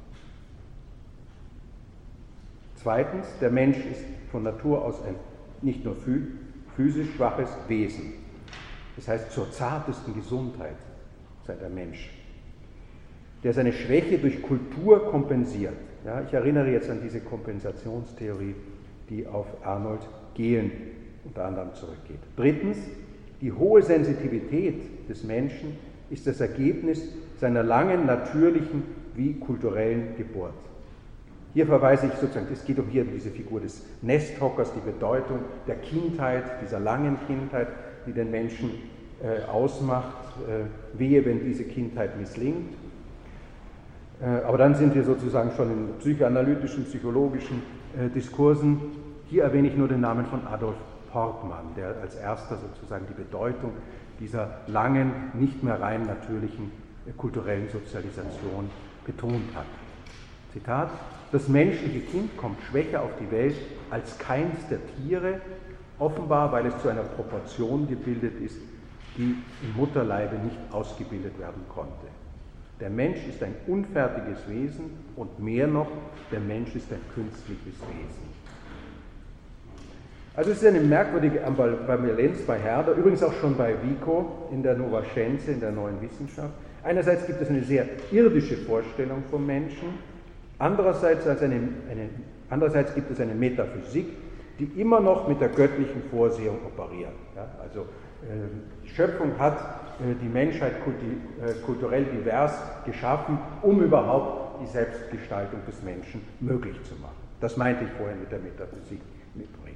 Zweitens, der Mensch ist von Natur aus ein nicht nur physisch schwaches Wesen. Das heißt, zur zartesten Gesundheit sei der Mensch, der seine Schwäche durch Kultur kompensiert. Ja, ich erinnere jetzt an diese Kompensationstheorie, die auf Arnold Gehlen unter anderem zurückgeht. Drittens, die hohe Sensitivität des Menschen ist das Ergebnis seiner langen natürlichen wie kulturellen Geburt. Hier verweise ich sozusagen, es geht hier um diese Figur des Nesthockers, die Bedeutung der Kindheit, dieser langen Kindheit, die den Menschen ausmacht. Wehe, wenn diese Kindheit misslingt. Aber dann sind wir sozusagen schon in psychoanalytischen, psychologischen Diskursen. Hier erwähne ich nur den Namen von Adolf Portmann, der als erster sozusagen die Bedeutung dieser langen, nicht mehr rein natürlichen kulturellen Sozialisation betont hat. Zitat: Das menschliche Kind kommt schwächer auf die Welt als keins der Tiere, offenbar weil es zu einer Proportion gebildet ist, die im Mutterleibe nicht ausgebildet werden konnte. Der Mensch ist ein unfertiges Wesen und mehr noch, der Mensch ist ein künstliches Wesen. Also es ist eine merkwürdige Ambivalenz bei Herder, übrigens auch schon bei Vico in der Novascienza, in der neuen Wissenschaft. Einerseits gibt es eine sehr irdische Vorstellung vom Menschen, andererseits gibt es eine Metaphysik, die immer noch mit der göttlichen Vorsehung operiert. Ja, also die Schöpfung hat die Menschheit kulturell divers geschaffen, um überhaupt die Selbstgestaltung des Menschen möglich zu machen. Das meinte ich vorhin mit der Metaphysik mitbringen.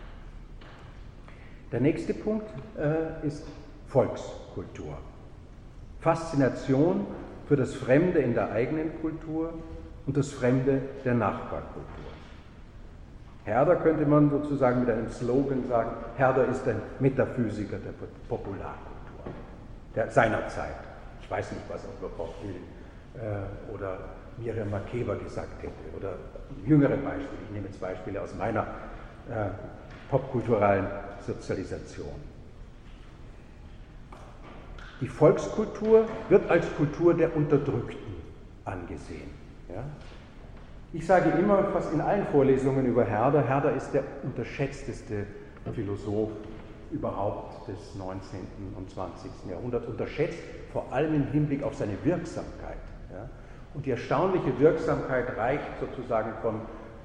Der nächste Punkt ist Volkskultur. Faszination für das Fremde in der eigenen Kultur und das Fremde der Nachbarkultur. Herder könnte man sozusagen mit einem Slogan sagen, Herder ist ein Metaphysiker der Popularkultur, seiner Zeit. Ich weiß nicht, was auch Lopochville oder Miriam Makeba gesagt hätte oder jüngere Beispiele. Ich nehme jetzt Beispiele aus meiner popkulturellen Sozialisation. Die Volkskultur wird als Kultur der Unterdrückten angesehen. Ja? Ich sage immer, fast in allen Vorlesungen über Herder, Herder ist der unterschätzteste Philosoph überhaupt des 19. und 20. Jahrhunderts, unterschätzt vor allem im Hinblick auf seine Wirksamkeit. Ja? Und die erstaunliche Wirksamkeit reicht sozusagen von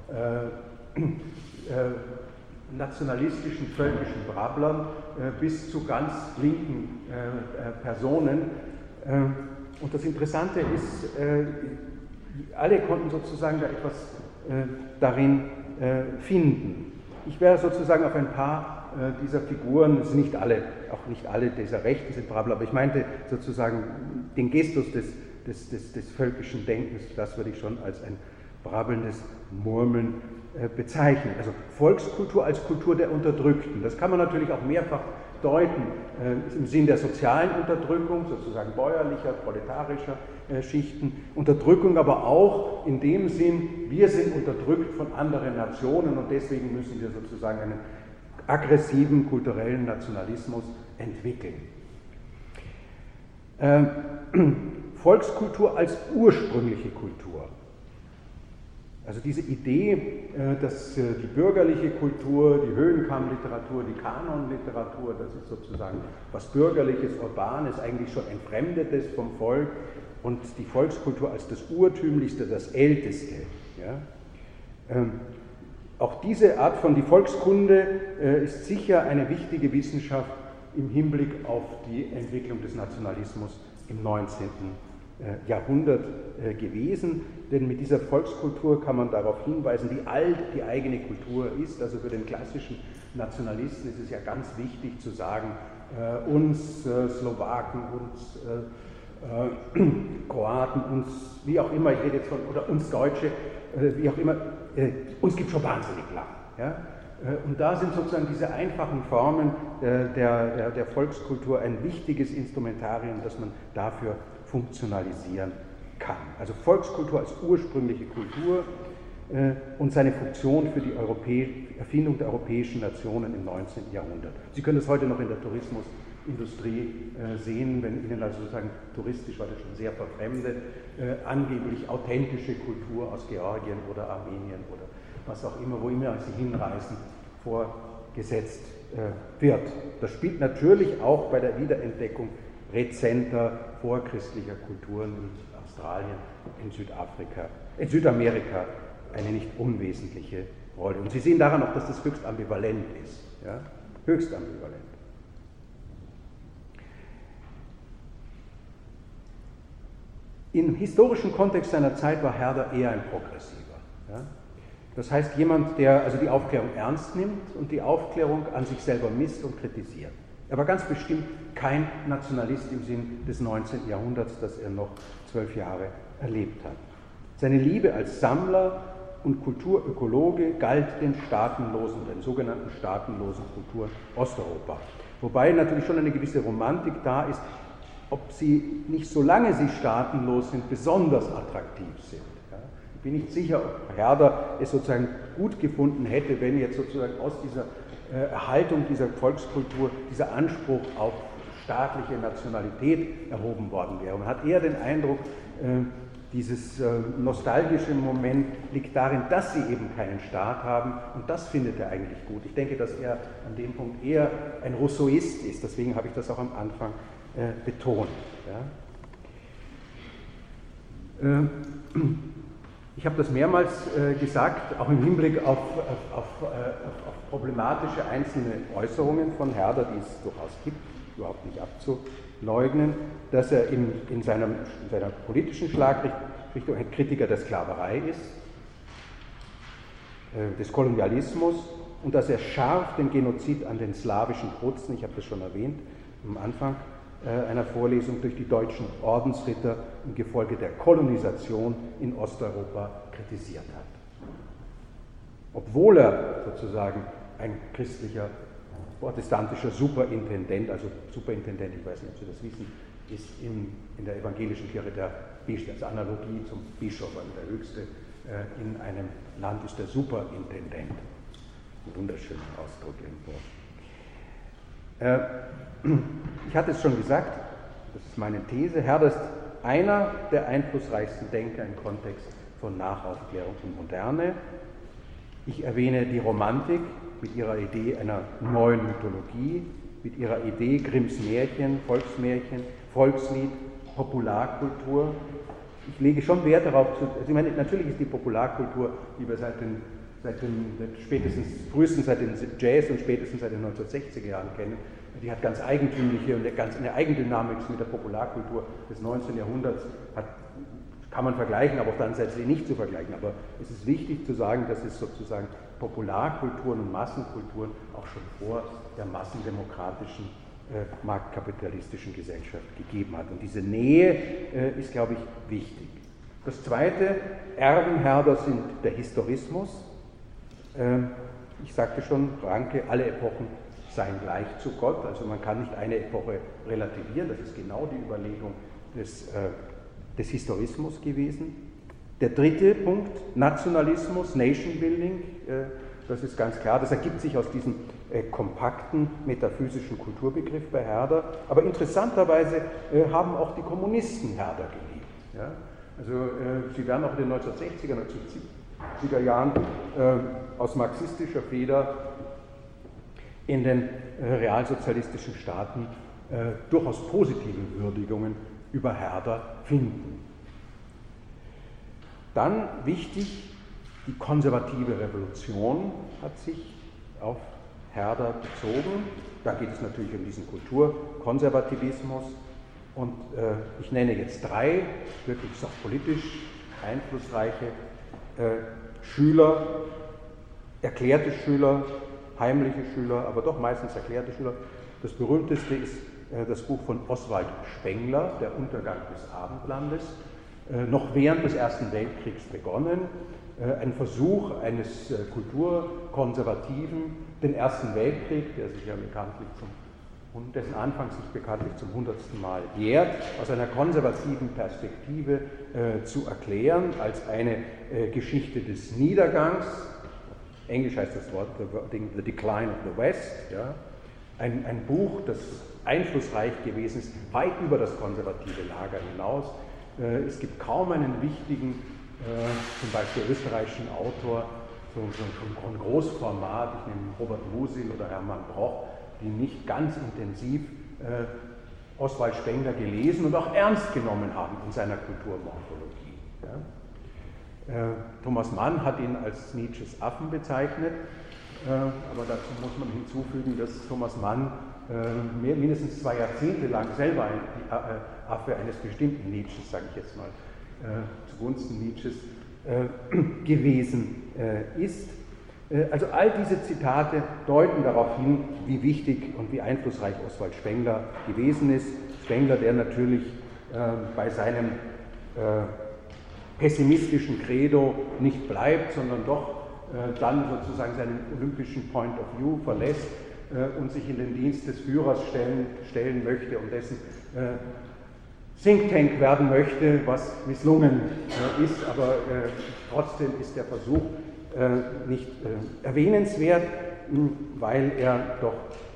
nationalistischen, völkischen Brabblern bis zu ganz linken Personen. Und das Interessante ist, alle konnten sozusagen da etwas darin finden. Ich werde sozusagen auf ein paar dieser Figuren, es sind nicht alle, auch nicht alle dieser Rechten sind Brabbler, aber ich meinte sozusagen den Gestus des völkischen Denkens, das würde ich schon als ein brabbelndes Murmeln bezeichnen. Also Volkskultur als Kultur der Unterdrückten. Das kann man natürlich auch mehrfach deuten, im Sinn der sozialen Unterdrückung, sozusagen bäuerlicher, proletarischer Schichten, Unterdrückung aber auch in dem Sinn, wir sind unterdrückt von anderen Nationen und deswegen müssen wir sozusagen einen aggressiven kulturellen Nationalismus entwickeln. Volkskultur als ursprüngliche Kultur. Also diese Idee, dass die bürgerliche Kultur, die Höhenkammliteratur, die Kanonliteratur, das ist sozusagen was Bürgerliches, Urbanes, eigentlich schon Entfremdetes vom Volk und die Volkskultur als das Urtümlichste, das Älteste. Ja? Auch diese Art von, die Volkskunde ist sicher eine wichtige Wissenschaft im Hinblick auf die Entwicklung des Nationalismus im 19. Jahrhundert gewesen, denn mit dieser Volkskultur kann man darauf hinweisen, wie alt die eigene Kultur ist. Also für den klassischen Nationalisten ist es ja ganz wichtig zu sagen, uns Slowaken, uns Kroaten, uns, wie auch immer, ich rede jetzt von, oder uns Deutsche, wie auch immer, uns gibt schon wahnsinnig lang. Ja? Und da sind sozusagen diese einfachen Formen der Volkskultur ein wichtiges Instrumentarium, das man dafür funktionalisieren kann. Also Volkskultur als ursprüngliche Kultur und seine Funktion für die Erfindung der europäischen Nationen im 19. Jahrhundert. Sie können das heute noch in der Tourismusindustrie sehen, wenn Ihnen also sozusagen touristisch, war das schon sehr verfremdet, angeblich authentische Kultur aus Georgien oder Armenien oder was auch immer, wo immer Sie hinreisen, vorgesetzt wird. Das spielt natürlich auch bei der Wiederentdeckung rezenter vorchristlicher Kulturen in Australien, in Südamerika eine nicht unwesentliche Rolle. Und Sie sehen daran auch, dass das höchst ambivalent ist. Ja? Höchst ambivalent. Im historischen Kontext seiner Zeit war Herder eher ein Progressiver. Ja? Das heißt, jemand, der also die Aufklärung ernst nimmt und die Aufklärung an sich selber misst und kritisiert. Er war ganz bestimmt kein Nationalist im Sinn des 19. Jahrhunderts, das er noch 12 Jahre erlebt hat. Seine Liebe als Sammler und Kulturökologe galt den sogenannten staatenlosen Kulturen Osteuropa. Wobei natürlich schon eine gewisse Romantik da ist, ob sie nicht, solange sie staatenlos sind, besonders attraktiv sind. Ja? Ich bin nicht sicher, ob Herder es sozusagen gut gefunden hätte, wenn jetzt sozusagen aus dieser Erhaltung dieser Volkskultur dieser Anspruch auf staatliche Nationalität erhoben worden wäre. Man hat eher den Eindruck, dieses nostalgische Moment liegt darin, dass sie eben keinen Staat haben, und das findet er eigentlich gut. Ich denke, dass er an dem Punkt eher ein Rousseauist ist, deswegen habe ich das auch am Anfang betont. Ja. Ich habe das mehrmals gesagt, auch im Hinblick auf problematische einzelne Äußerungen von Herder, die es durchaus gibt, überhaupt nicht abzuleugnen, dass er in seiner politischen Schlagrichtung ein Kritiker der Sklaverei ist, des Kolonialismus, und dass er scharf den Genozid an den slawischen Krutzen, ich habe das schon erwähnt am Anfang einer Vorlesung, durch die deutschen Ordensritter im Gefolge der Kolonisation in Osteuropa kritisiert hat. Obwohl er sozusagen ein christlicher, protestantischer Superintendent, also Superintendent, ich weiß nicht, ob Sie das wissen, ist in der evangelischen Kirche der Bischof, als Analogie zum Bischof, also der Höchste in einem Land ist der Superintendent. Ein wunderschöner Ausdruck irgendwo. Ich hatte es schon gesagt, das ist meine These, Herder ist einer der einflussreichsten Denker im Kontext von Nachaufklärung und Moderne. Ich erwähne die Romantik mit ihrer Idee einer neuen Mythologie, mit ihrer Idee Grimms Märchen, Volksmärchen, Volkslied, Popularkultur. Ich lege schon Wert darauf, also ich meine, natürlich ist die Popularkultur, die wir frühestens seit dem Jazz und spätestens seit den 1960er Jahren kennen, die hat ganz eigentümliche und eine Eigendynamik mit der Popularkultur des 19. Jahrhunderts, kann man vergleichen, aber auf der anderen Seite nicht zu vergleichen. Aber es ist wichtig zu sagen, dass es sozusagen Popularkulturen und Massenkulturen auch schon vor der massendemokratischen, marktkapitalistischen Gesellschaft gegeben hat. Und diese Nähe ist, glaube ich, wichtig. Das zweite, Erben Herders sind der Historismus. Ich sagte schon, Ranke, alle Epochen seien gleich zu Gott, also man kann nicht eine Epoche relativieren, das ist genau die Überlegung des Historismus gewesen. Der dritte Punkt, Nationalismus, Nation Building, das ist ganz klar, das ergibt sich aus diesem kompakten metaphysischen Kulturbegriff bei Herder, aber interessanterweise haben auch die Kommunisten Herder geliebt. Ja? Also sie werden auch in den 1960er, 1970er Jahren aus marxistischer Feder in den realsozialistischen Staaten durchaus positive Würdigungen über Herder finden. Dann wichtig, die konservative Revolution hat sich auf Herder bezogen. Da geht es natürlich um diesen Kulturkonservativismus. Und ich nenne jetzt drei wirklich auch politisch einflussreiche Schüler, erklärte Schüler, heimliche Schüler, aber doch meistens erklärte Schüler. Das berühmteste ist das Buch von Oswald Spengler, Der Untergang des Abendlandes, noch während des Ersten Weltkriegs begonnen. Ein Versuch eines Kulturkonservativen, den Ersten Weltkrieg, der sich ja bekanntlich dessen Anfang sich bekanntlich zum 100. Mal jährt, aus einer konservativen Perspektive zu erklären, als eine Geschichte des Niedergangs. Englisch heißt das Wort The Decline of the West. Ja. Ein Buch, das einflussreich gewesen ist, weit über das konservative Lager hinaus. Es gibt kaum einen wichtigen, zum Beispiel österreichischen Autor, so ein Großformat, ich nehme Robert Musil oder Hermann Broch, die nicht ganz intensiv Oswald Spengler gelesen und auch ernst genommen haben in seiner Kulturmorphologie. Ja. Thomas Mann hat ihn als Nietzsches Affen bezeichnet, aber dazu muss man hinzufügen, dass Thomas Mann mindestens 2 Jahrzehnte lang selber ein Affe eines bestimmten Nietzsches, sage ich jetzt mal, zugunsten Nietzsches gewesen ist. Also all diese Zitate deuten darauf hin, wie wichtig und wie einflussreich Oswald Spengler gewesen ist. Spengler, der natürlich bei seinem pessimistischen Credo nicht bleibt, sondern doch dann sozusagen seinen olympischen Point of View verlässt und sich in den Dienst des Führers stellen möchte und dessen Think Tank werden möchte, was misslungen ist, aber trotzdem ist der Versuch nicht erwähnenswert, weil er doch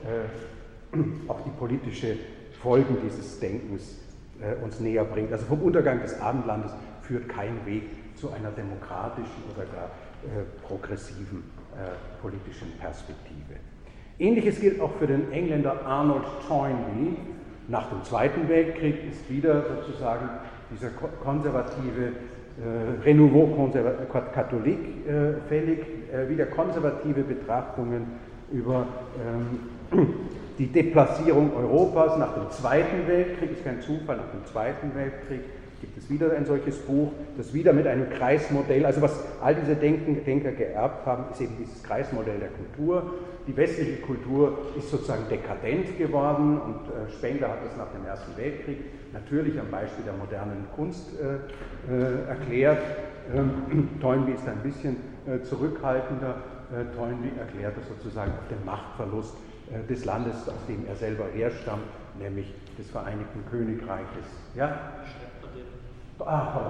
auch die politische Folgen dieses Denkens uns näher bringt. Also vom Untergang des Abendlandes führt kein Weg zu einer demokratischen oder gar progressiven politischen Perspektive. Ähnliches gilt auch für den Engländer Arnold Toynbee. Nach dem Zweiten Weltkrieg ist wieder sozusagen dieser konservative Renouveau catholique fällig, wieder konservative Betrachtungen über die Deplassierung Europas nach dem Zweiten Weltkrieg. Ist kein Zufall, nach dem Zweiten Weltkrieg gibt es wieder ein solches Buch, das wieder mit einem Kreismodell, also was all diese Denker geerbt haben, ist eben dieses Kreismodell der Kultur. Die westliche Kultur ist sozusagen dekadent geworden und Spengler hat das nach dem Ersten Weltkrieg natürlich am Beispiel der modernen Kunst erklärt. Toynbee ist ein bisschen zurückhaltender. Toynbee erklärt das sozusagen auf den Machtverlust des Landes, aus dem er selber herstammt, nämlich des Vereinigten Königreiches. Ja? Hallo.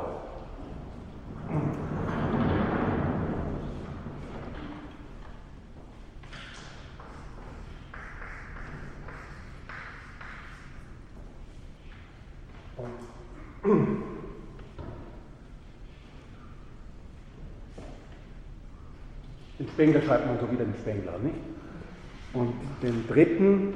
Den Spengler schreibt man so wie den Spengler, nicht? Und den dritten,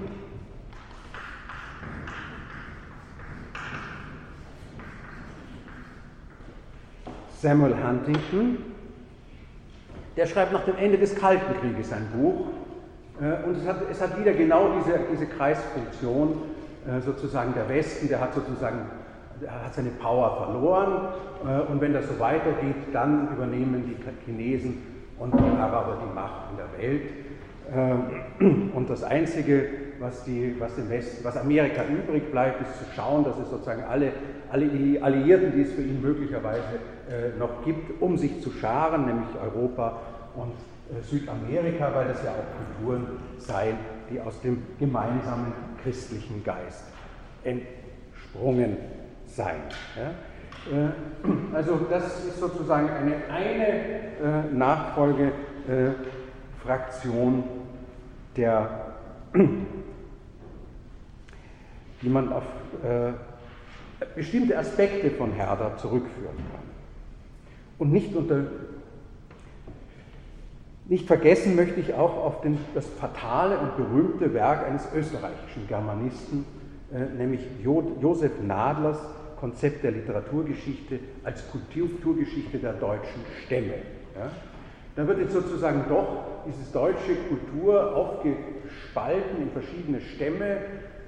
Samuel Huntington, der schreibt nach dem Ende des Kalten Krieges ein Buch und es hat wieder genau diese Kreisfunktion, sozusagen der Westen, der hat seine Power verloren und wenn das so weitergeht, dann übernehmen die Chinesen und die Araber die Macht in der Welt. Und das Einzige, was Amerika übrig bleibt, ist zu schauen, dass es sozusagen alle Alliierten, die es für ihn möglicherweise noch gibt, um sich zu scharen, nämlich Europa und Südamerika, weil das ja auch Kulturen seien, die aus dem gemeinsamen christlichen Geist entsprungen seien. Ja? Also das ist sozusagen eine Nachfolgefraktion, die man auf bestimmte Aspekte von Herder zurückführen kann. Und nicht vergessen möchte ich auch auf das fatale und berühmte Werk eines österreichischen Germanisten, nämlich Josef Nadlers Konzept der Literaturgeschichte als Kulturgeschichte der deutschen Stämme. Ja? Da wird jetzt sozusagen doch diese deutsche Kultur aufgespalten in verschiedene Stämme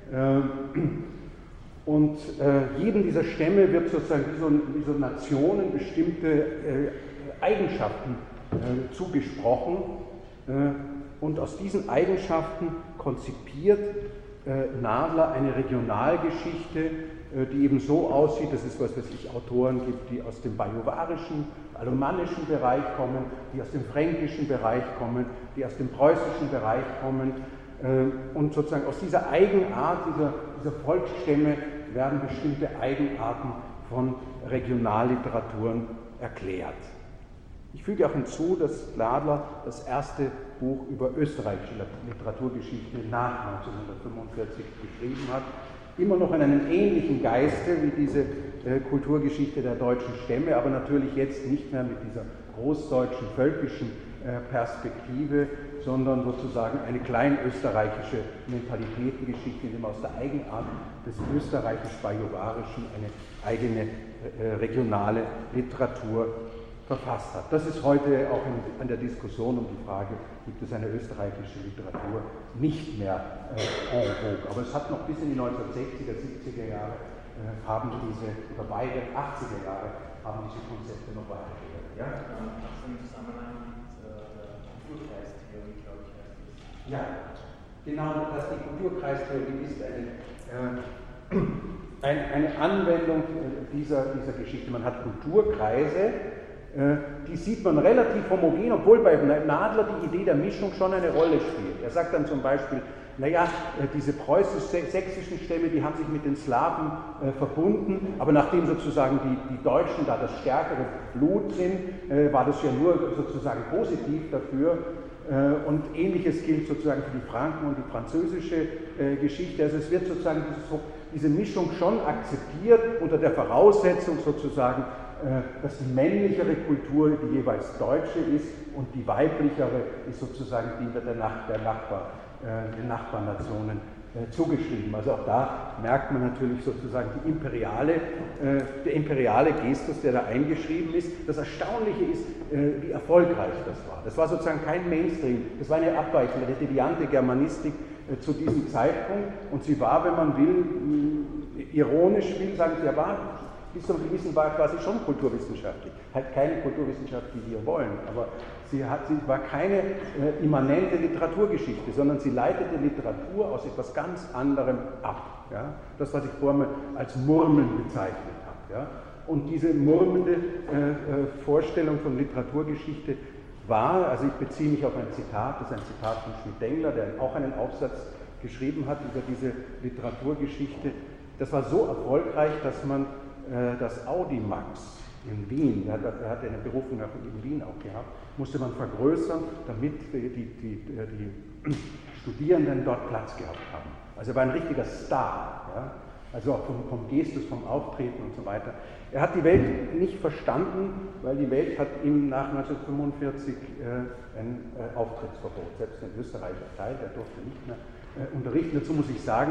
und jedem dieser Stämme wird sozusagen wie so Nationen bestimmte Eigenschaften zugesprochen und aus diesen Eigenschaften konzipiert Nadler eine Regionalgeschichte, die eben so aussieht, dass es, was weiß ich, Autoren gibt, die aus dem bajuwarischen, alomannischen Bereich kommen, die aus dem fränkischen Bereich kommen, die aus dem preußischen Bereich kommen, und sozusagen aus dieser Eigenart, dieser Volksstämme werden bestimmte Eigenarten von Regionalliteraturen erklärt. Ich füge auch hinzu, dass Nadler das erste Buch über österreichische Literaturgeschichte nach 1945 geschrieben hat, immer noch in einem ähnlichen Geiste wie diese Kulturgeschichte der deutschen Stämme, aber natürlich jetzt nicht mehr mit dieser großdeutschen, völkischen Perspektive, sondern sozusagen eine kleinösterreichische Mentalitätengeschichte, in dem aus der Eigenart des österreichisch-bajuwarischen eine eigene regionale Literatur verfasst hat. Das ist heute auch an der Diskussion um die Frage, gibt es eine österreichische Literatur, nicht mehr en vogue. Aber es hat noch bis in die 1960er, 70er Jahre haben diese, oder beide 80er Jahre, haben diese Konzepte noch weitergeführt. Ja? Im Zusammenhang mit der Kulturkreistheorie, glaube ich, heißt das. Ja, genau, dass die Kulturkreistheorie ist eine Anwendung dieser Geschichte. Man hat Kulturkreise, die sieht man relativ homogen, obwohl bei Nadler die Idee der Mischung schon eine Rolle spielt. Er sagt dann zum Beispiel, naja, diese preußisch-sächsischen Stämme, die haben sich mit den Slawen verbunden, aber nachdem sozusagen die Deutschen da das stärkere Blut sind, war das ja nur sozusagen positiv dafür. Und Ähnliches gilt sozusagen für die Franken und die französische Geschichte. Also es wird sozusagen diese Mischung schon akzeptiert unter der Voraussetzung sozusagen, dass die männlichere Kultur die jeweils deutsche ist und die weiblichere ist sozusagen die den Nachbarnationen zugeschrieben. Also auch da merkt man natürlich sozusagen der imperiale Gestus, der da eingeschrieben ist. Das Erstaunliche ist, wie erfolgreich das war. Das war sozusagen kein Mainstream, das war eine Abweichung, eine deviante Germanistik zu diesem Zeitpunkt, und sie war, wenn man will, ironisch will, sagen sie, war bis zu einem gewissen war quasi schon kulturwissenschaftlich. Halt keine Kulturwissenschaft, die wir wollen, aber sie war keine immanente Literaturgeschichte, sondern sie leitete Literatur aus etwas ganz anderem ab. Ja? Das, was ich vorhin als Murmeln bezeichnet habe. Ja? Und diese murmelnde Vorstellung von Literaturgeschichte war, also ich beziehe mich auf ein Zitat, das ist ein Zitat von Schmidt-Dengler, der auch einen Aufsatz geschrieben hat über diese Literaturgeschichte. Das war so erfolgreich, dass man das Audimax in Wien, er hat eine Berufung in Wien auch gehabt, musste man vergrößern, damit die Studierenden dort Platz gehabt haben. Also er war ein richtiger Star, ja? Also auch vom Gestus, vom Auftreten und so weiter. Er hat die Welt nicht verstanden, weil die Welt hat ihm nach 1945 ein Auftrittsverbot, selbst in Österreich erteilt, er durfte nicht mehr unterrichten. Dazu muss ich sagen,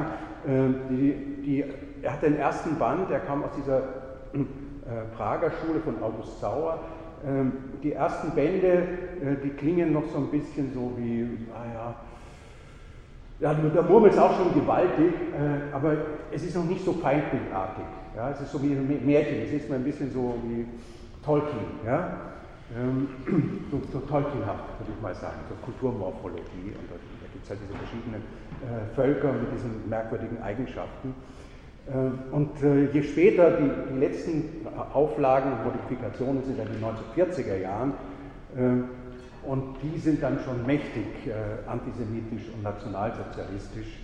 er hat den ersten Band, er kam aus dieser Prager Schule von August Sauer. Die ersten Bände, die klingen noch so ein bisschen so wie, ja, da murmelt es auch schon gewaltig, aber es ist noch nicht so feindbildartig. Ja? Es ist so wie ein Märchen, es ist mal ein bisschen so wie Tolkien. Ja? So Tolkienhaft, würde ich mal sagen, so Kulturmorphologie. Und da gibt es halt diese verschiedenen Völker mit diesen merkwürdigen Eigenschaften. Und je später die letzten Auflagen und Modifikationen sind dann in den 1940er Jahren, und die sind dann schon mächtig antisemitisch und nationalsozialistisch,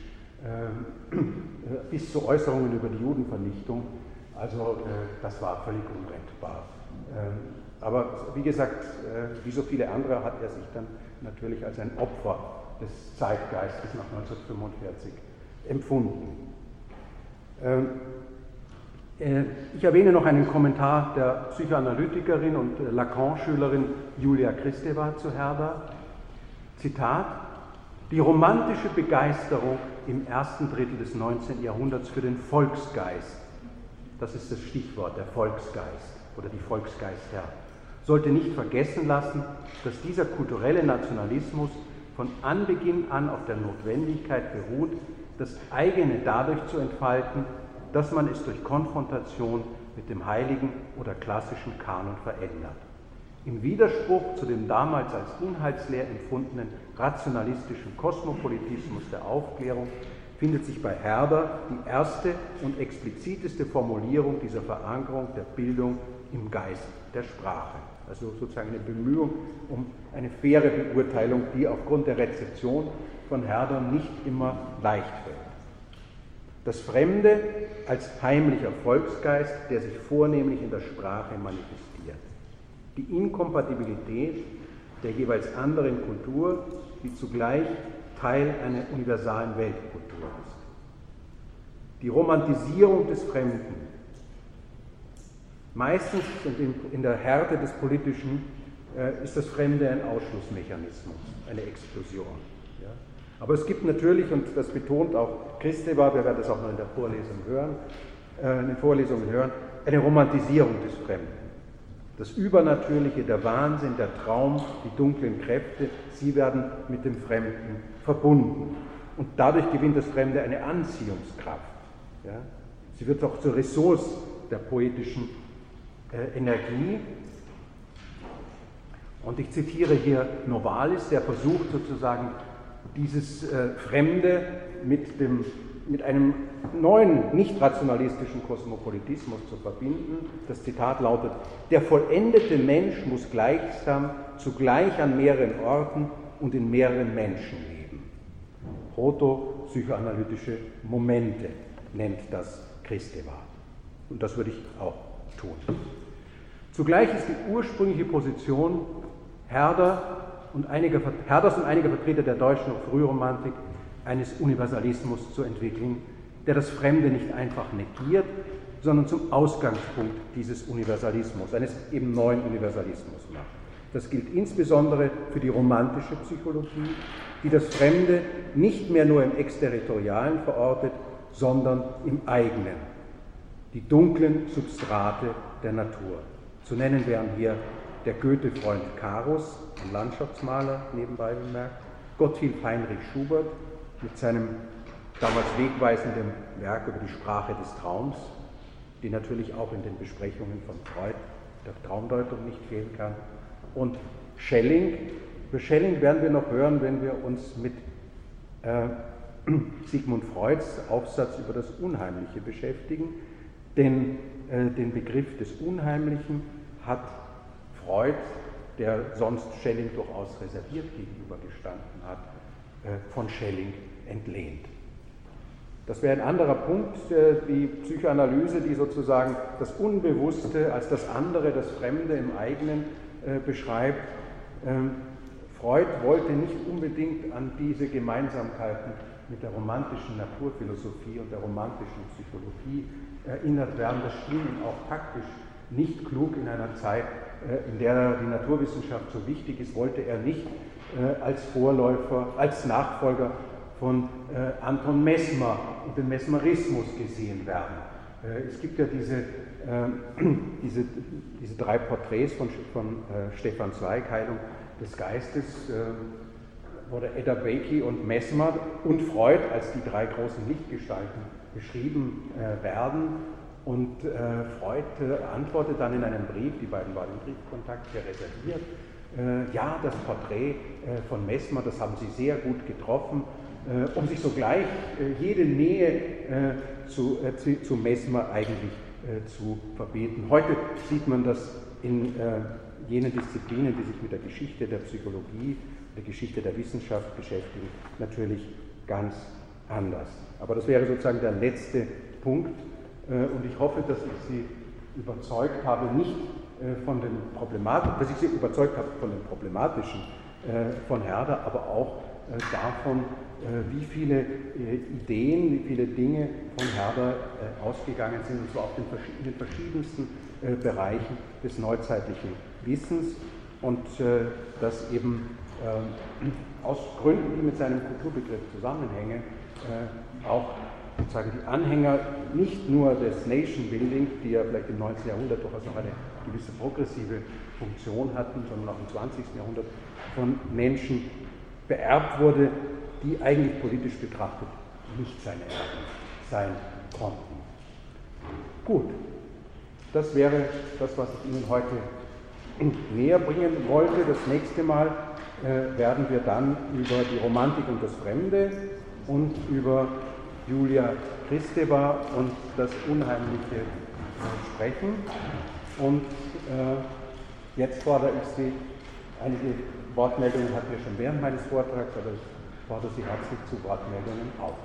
bis zu Äußerungen über die Judenvernichtung. Also das war völlig unrettbar. Aber wie gesagt, wie so viele andere hat er sich dann natürlich als ein Opfer des Zeitgeistes nach 1945 empfunden. Ich erwähne noch einen Kommentar der Psychoanalytikerin und Lacan-Schülerin Julia Kristeva zu Herder. Zitat: Die romantische Begeisterung im ersten Drittel des 19. Jahrhunderts für den Volksgeist, das ist das Stichwort, der Volksgeist oder die Volksgeistherr, sollte nicht vergessen lassen, dass dieser kulturelle Nationalismus von Anbeginn an auf der Notwendigkeit beruht, das eigene dadurch zu entfalten, dass man es durch Konfrontation mit dem heiligen oder klassischen Kanon verändert. Im Widerspruch zu dem damals als inhaltsleer empfundenen rationalistischen Kosmopolitismus der Aufklärung findet sich bei Herder die erste und expliziteste Formulierung dieser Verankerung der Bildung im Geist der Sprache. Also sozusagen eine Bemühung um eine faire Beurteilung, die aufgrund der Rezeption von Herder nicht immer leicht fällt. Das Fremde als heimlicher Volksgeist, der sich vornehmlich in der Sprache manifestiert. Die Inkompatibilität der jeweils anderen Kultur, die zugleich Teil einer universalen Weltkultur ist. Die Romantisierung des Fremden, meistens und in der Härte des Politischen ist das Fremde ein Ausschlussmechanismus, eine Exklusion. Ja? Aber es gibt natürlich, und das betont auch Kristeva, wir werden das auch noch in der Vorlesung hören, in den Vorlesungen hören, eine Romantisierung des Fremden. Das Übernatürliche, der Wahnsinn, der Traum, die dunklen Kräfte, sie werden mit dem Fremden verbunden. Und dadurch gewinnt das Fremde eine Anziehungskraft. Ja? Sie wird auch zur Ressource der poetischen Energie. Und ich zitiere hier Novalis, der versucht sozusagen dieses Fremde mit einem neuen, nicht rationalistischen Kosmopolitismus zu verbinden. Das Zitat lautet: Der vollendete Mensch muss gleichsam zugleich an mehreren Orten und in mehreren Menschen leben. Proto-psychoanalytische Momente nennt das Kristeva. Und das würde ich auch tun. Zugleich ist die ursprüngliche Position Herders und einiger Vertreter der deutschen Frühromantik eines Universalismus zu entwickeln, der das Fremde nicht einfach negiert, sondern zum Ausgangspunkt dieses Universalismus, eines eben neuen Universalismus macht. Das gilt insbesondere für die romantische Psychologie, die das Fremde nicht mehr nur im Exterritorialen verortet, sondern im eigenen, die dunklen Substrate der Natur. Zu nennen wären hier der Goethe-Freund Carus, ein Landschaftsmaler, nebenbei bemerkt, Gottlieb Heinrich Schubert mit seinem damals wegweisenden Werk über die Sprache des Traums, die natürlich auch in den Besprechungen von Freud, der Traumdeutung, nicht fehlen kann, und Schelling. Über Schelling werden wir noch hören, wenn wir uns mit Sigmund Freuds Aufsatz über das Unheimliche beschäftigen, denn den Begriff des Unheimlichen hat Freud, der sonst Schelling durchaus reserviert gegenübergestanden hat, von Schelling entlehnt. Das wäre ein anderer Punkt, die Psychoanalyse, die sozusagen das Unbewusste als das andere, das Fremde im eigenen beschreibt. Freud wollte nicht unbedingt an diese Gemeinsamkeiten mit der romantischen Naturphilosophie und der romantischen Psychologie erinnert werden. Das schien ihm auch taktisch nicht klug in einer Zeit, in der die Naturwissenschaft so wichtig ist, wollte er nicht als Vorläufer, als Nachfolger von Anton Mesmer und dem Mesmerismus gesehen werden. Es gibt ja diese drei Porträts von Stefan Zweig, Heilung des Geistes, wo der Edda Becky und Mesmer und Freud als die drei großen Lichtgestalten beschrieben werden. Und Freud antwortet dann in einem Brief, die beiden waren im Briefkontakt, sehr reserviert, ja, das Porträt von Mesmer, das haben Sie sehr gut getroffen, um sich sogleich jede Nähe zu Mesmer eigentlich zu verbeten. Heute sieht man das in jenen Disziplinen, die sich mit der Geschichte der Psychologie, der Geschichte der Wissenschaft beschäftigen, natürlich ganz anders. Aber das wäre sozusagen der letzte Punkt. Und ich hoffe, dass ich Sie überzeugt habe, nicht von den Problematischen, dass ich Sie überzeugt habe von den Problematischen von Herder, aber auch davon, wie viele Ideen, wie viele Dinge von Herder ausgegangen sind, und zwar in den verschiedensten Bereichen des neuzeitlichen Wissens, und dass eben aus Gründen, die mit seinem Kulturbegriff zusammenhängen, auch sozusagen die Anhänger nicht nur des Nation Building, die ja vielleicht im 19. Jahrhundert durchaus noch eine gewisse progressive Funktion hatten, sondern auch im 20. Jahrhundert von Menschen beerbt wurde, die eigentlich politisch betrachtet nicht seine Erben sein konnten. Gut, das wäre das, was ich Ihnen heute näher bringen wollte. Das nächste Mal werden wir dann über die Romantik und das Fremde und über Julia Kristeva und das unheimliche Sprechen. Und jetzt fordere ich Sie, einige Wortmeldungen hatten wir schon während meines Vortrags, aber ich fordere Sie herzlich zu Wortmeldungen auf.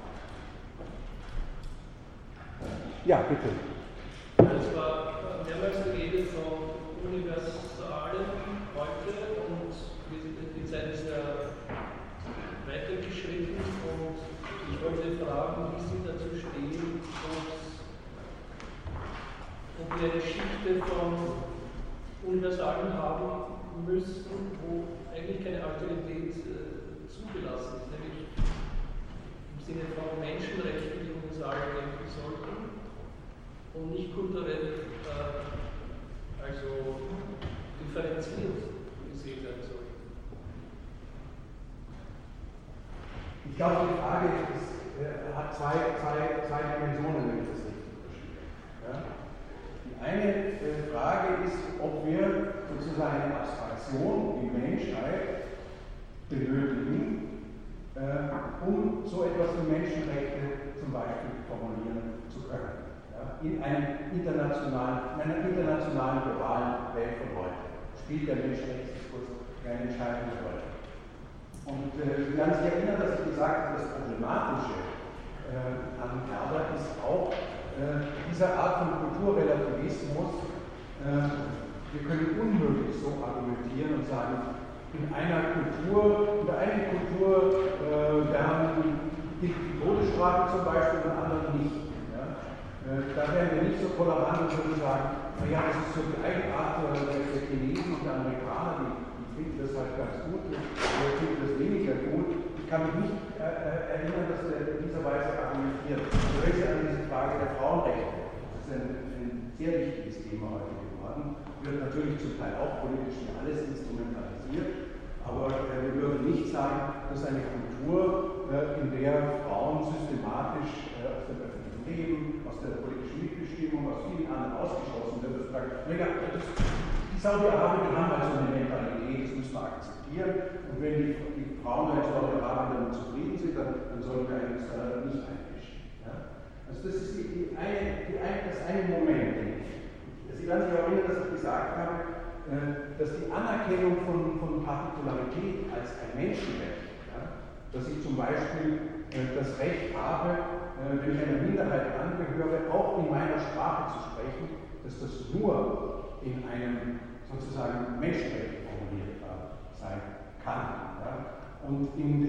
Ja, bitte. Es war mehrmals die Rede von Universalen heute und die Zeit ist ja weitergeschritten und ich wollte fragen, wie Sie dazu stehen, ob wir eine Geschichte von Universalen haben müssen, wo eigentlich keine Alternativität zugelassen ist, nämlich im Sinne von Menschenrechten, die universal denken sollten und nicht kulturell also differenziert gesehen werden sollten. Ich glaube, die Frage hat zwei Dimensionen, wenn ich das richtig verstehe. Ja? Die eine Frage ist, ob wir sozusagen eine Abstraktion, die Menschheit, benötigen, um so etwas wie Menschenrechte zum Beispiel formulieren zu können. Ja? In einer internationalen, globalen Welt von heute spielt der Menschenrechtsdiskurs eine entscheidende Rolle. Und Sie werden sich erinnern, dass ich gesagt habe, das Problematische an Herder ist auch diese Art von Kulturrelativismus. Wir können unmöglich so argumentieren und sagen, in einer Kultur gilt die Todesstrafe zum Beispiel, in anderen nicht. Ja? Da wären wir nicht so tolerant und würden sagen, naja, das ist so die Eigenart der Chinesen und der Amerikaner, die finden das halt ganz gut, die finden das weniger gut. Ich kann mich nicht erinnern, dass wir in dieser Weise argumentieren. Also wenn Sie an diese Frage der Frauenrechte, das ist ein sehr wichtiges Thema heute geworden, wird natürlich zum Teil auch politisch wie alles instrumentalisiert, aber wir würden nicht sagen, dass eine Kultur, in der Frauen systematisch aus dem öffentlichen Leben, aus der politischen Mitbestimmung, aus vielen anderen ausgeschlossen werden, dass wir sagen, naja, die Saudi-Araber, die haben also eine Mentalität, das müssen wir akzeptieren, und wenn die Frauen in Saudi-Arabien damit zufrieden sind, dann sollten wir eigentlich nicht einmischen. Ja? Also das ist das eine Moment, denke ich. Sie werden sich erinnern, dass ich gesagt habe, dass die Anerkennung von Partikularität als ein Menschenrecht, ja, dass ich zum Beispiel das Recht habe, wenn ich einer Minderheit angehöre, auch in meiner Sprache zu sprechen, dass das nur in einem sozusagen Menschenrecht formuliert sein kann. Ja. Und in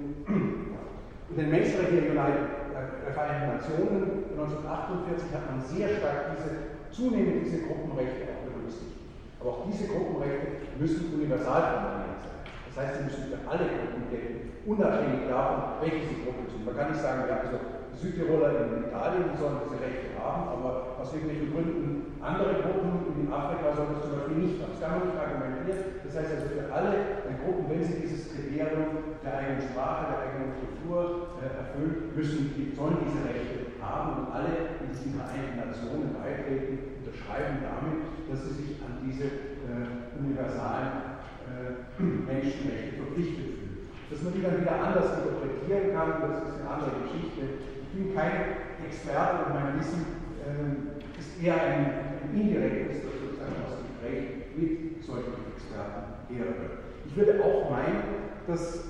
den Menschenrechten der Vereinten Nationen 1948 hat man sehr stark zunehmend diese Gruppenrechte auch berücksichtigt. Aber auch diese Gruppenrechte müssen universal formuliert sein. Das heißt, sie müssen für alle Gruppen gelten, unabhängig davon, welche sie Gruppen sind. Man kann nicht sagen, ja, also die Südtiroler in Italien sollen diese Rechte haben, aber aus irgendwelchen Gründen andere Gruppen in Afrika sollen das zum Beispiel nicht haben. Das kann man nicht argumentieren. Das heißt also für alle Gruppen, wenn sie dieses Kriterium der eigenen Sprache, der eigenen Kultur erfüllen, sollen diese Rechte haben, und alle in diesen Vereinten Nationen beitreten, unterschreiben damit, dass sie sich an diese universalen Menschenrechte verpflichtet fühlen. Dass man die dann wieder anders interpretieren kann, das ist eine andere Geschichte. Ich bin kein Experte und mein Wissen ist eher ein indirektes, das sozusagen aus Gespräch mit solchen Experten herrührt. Ich würde auch meinen, dass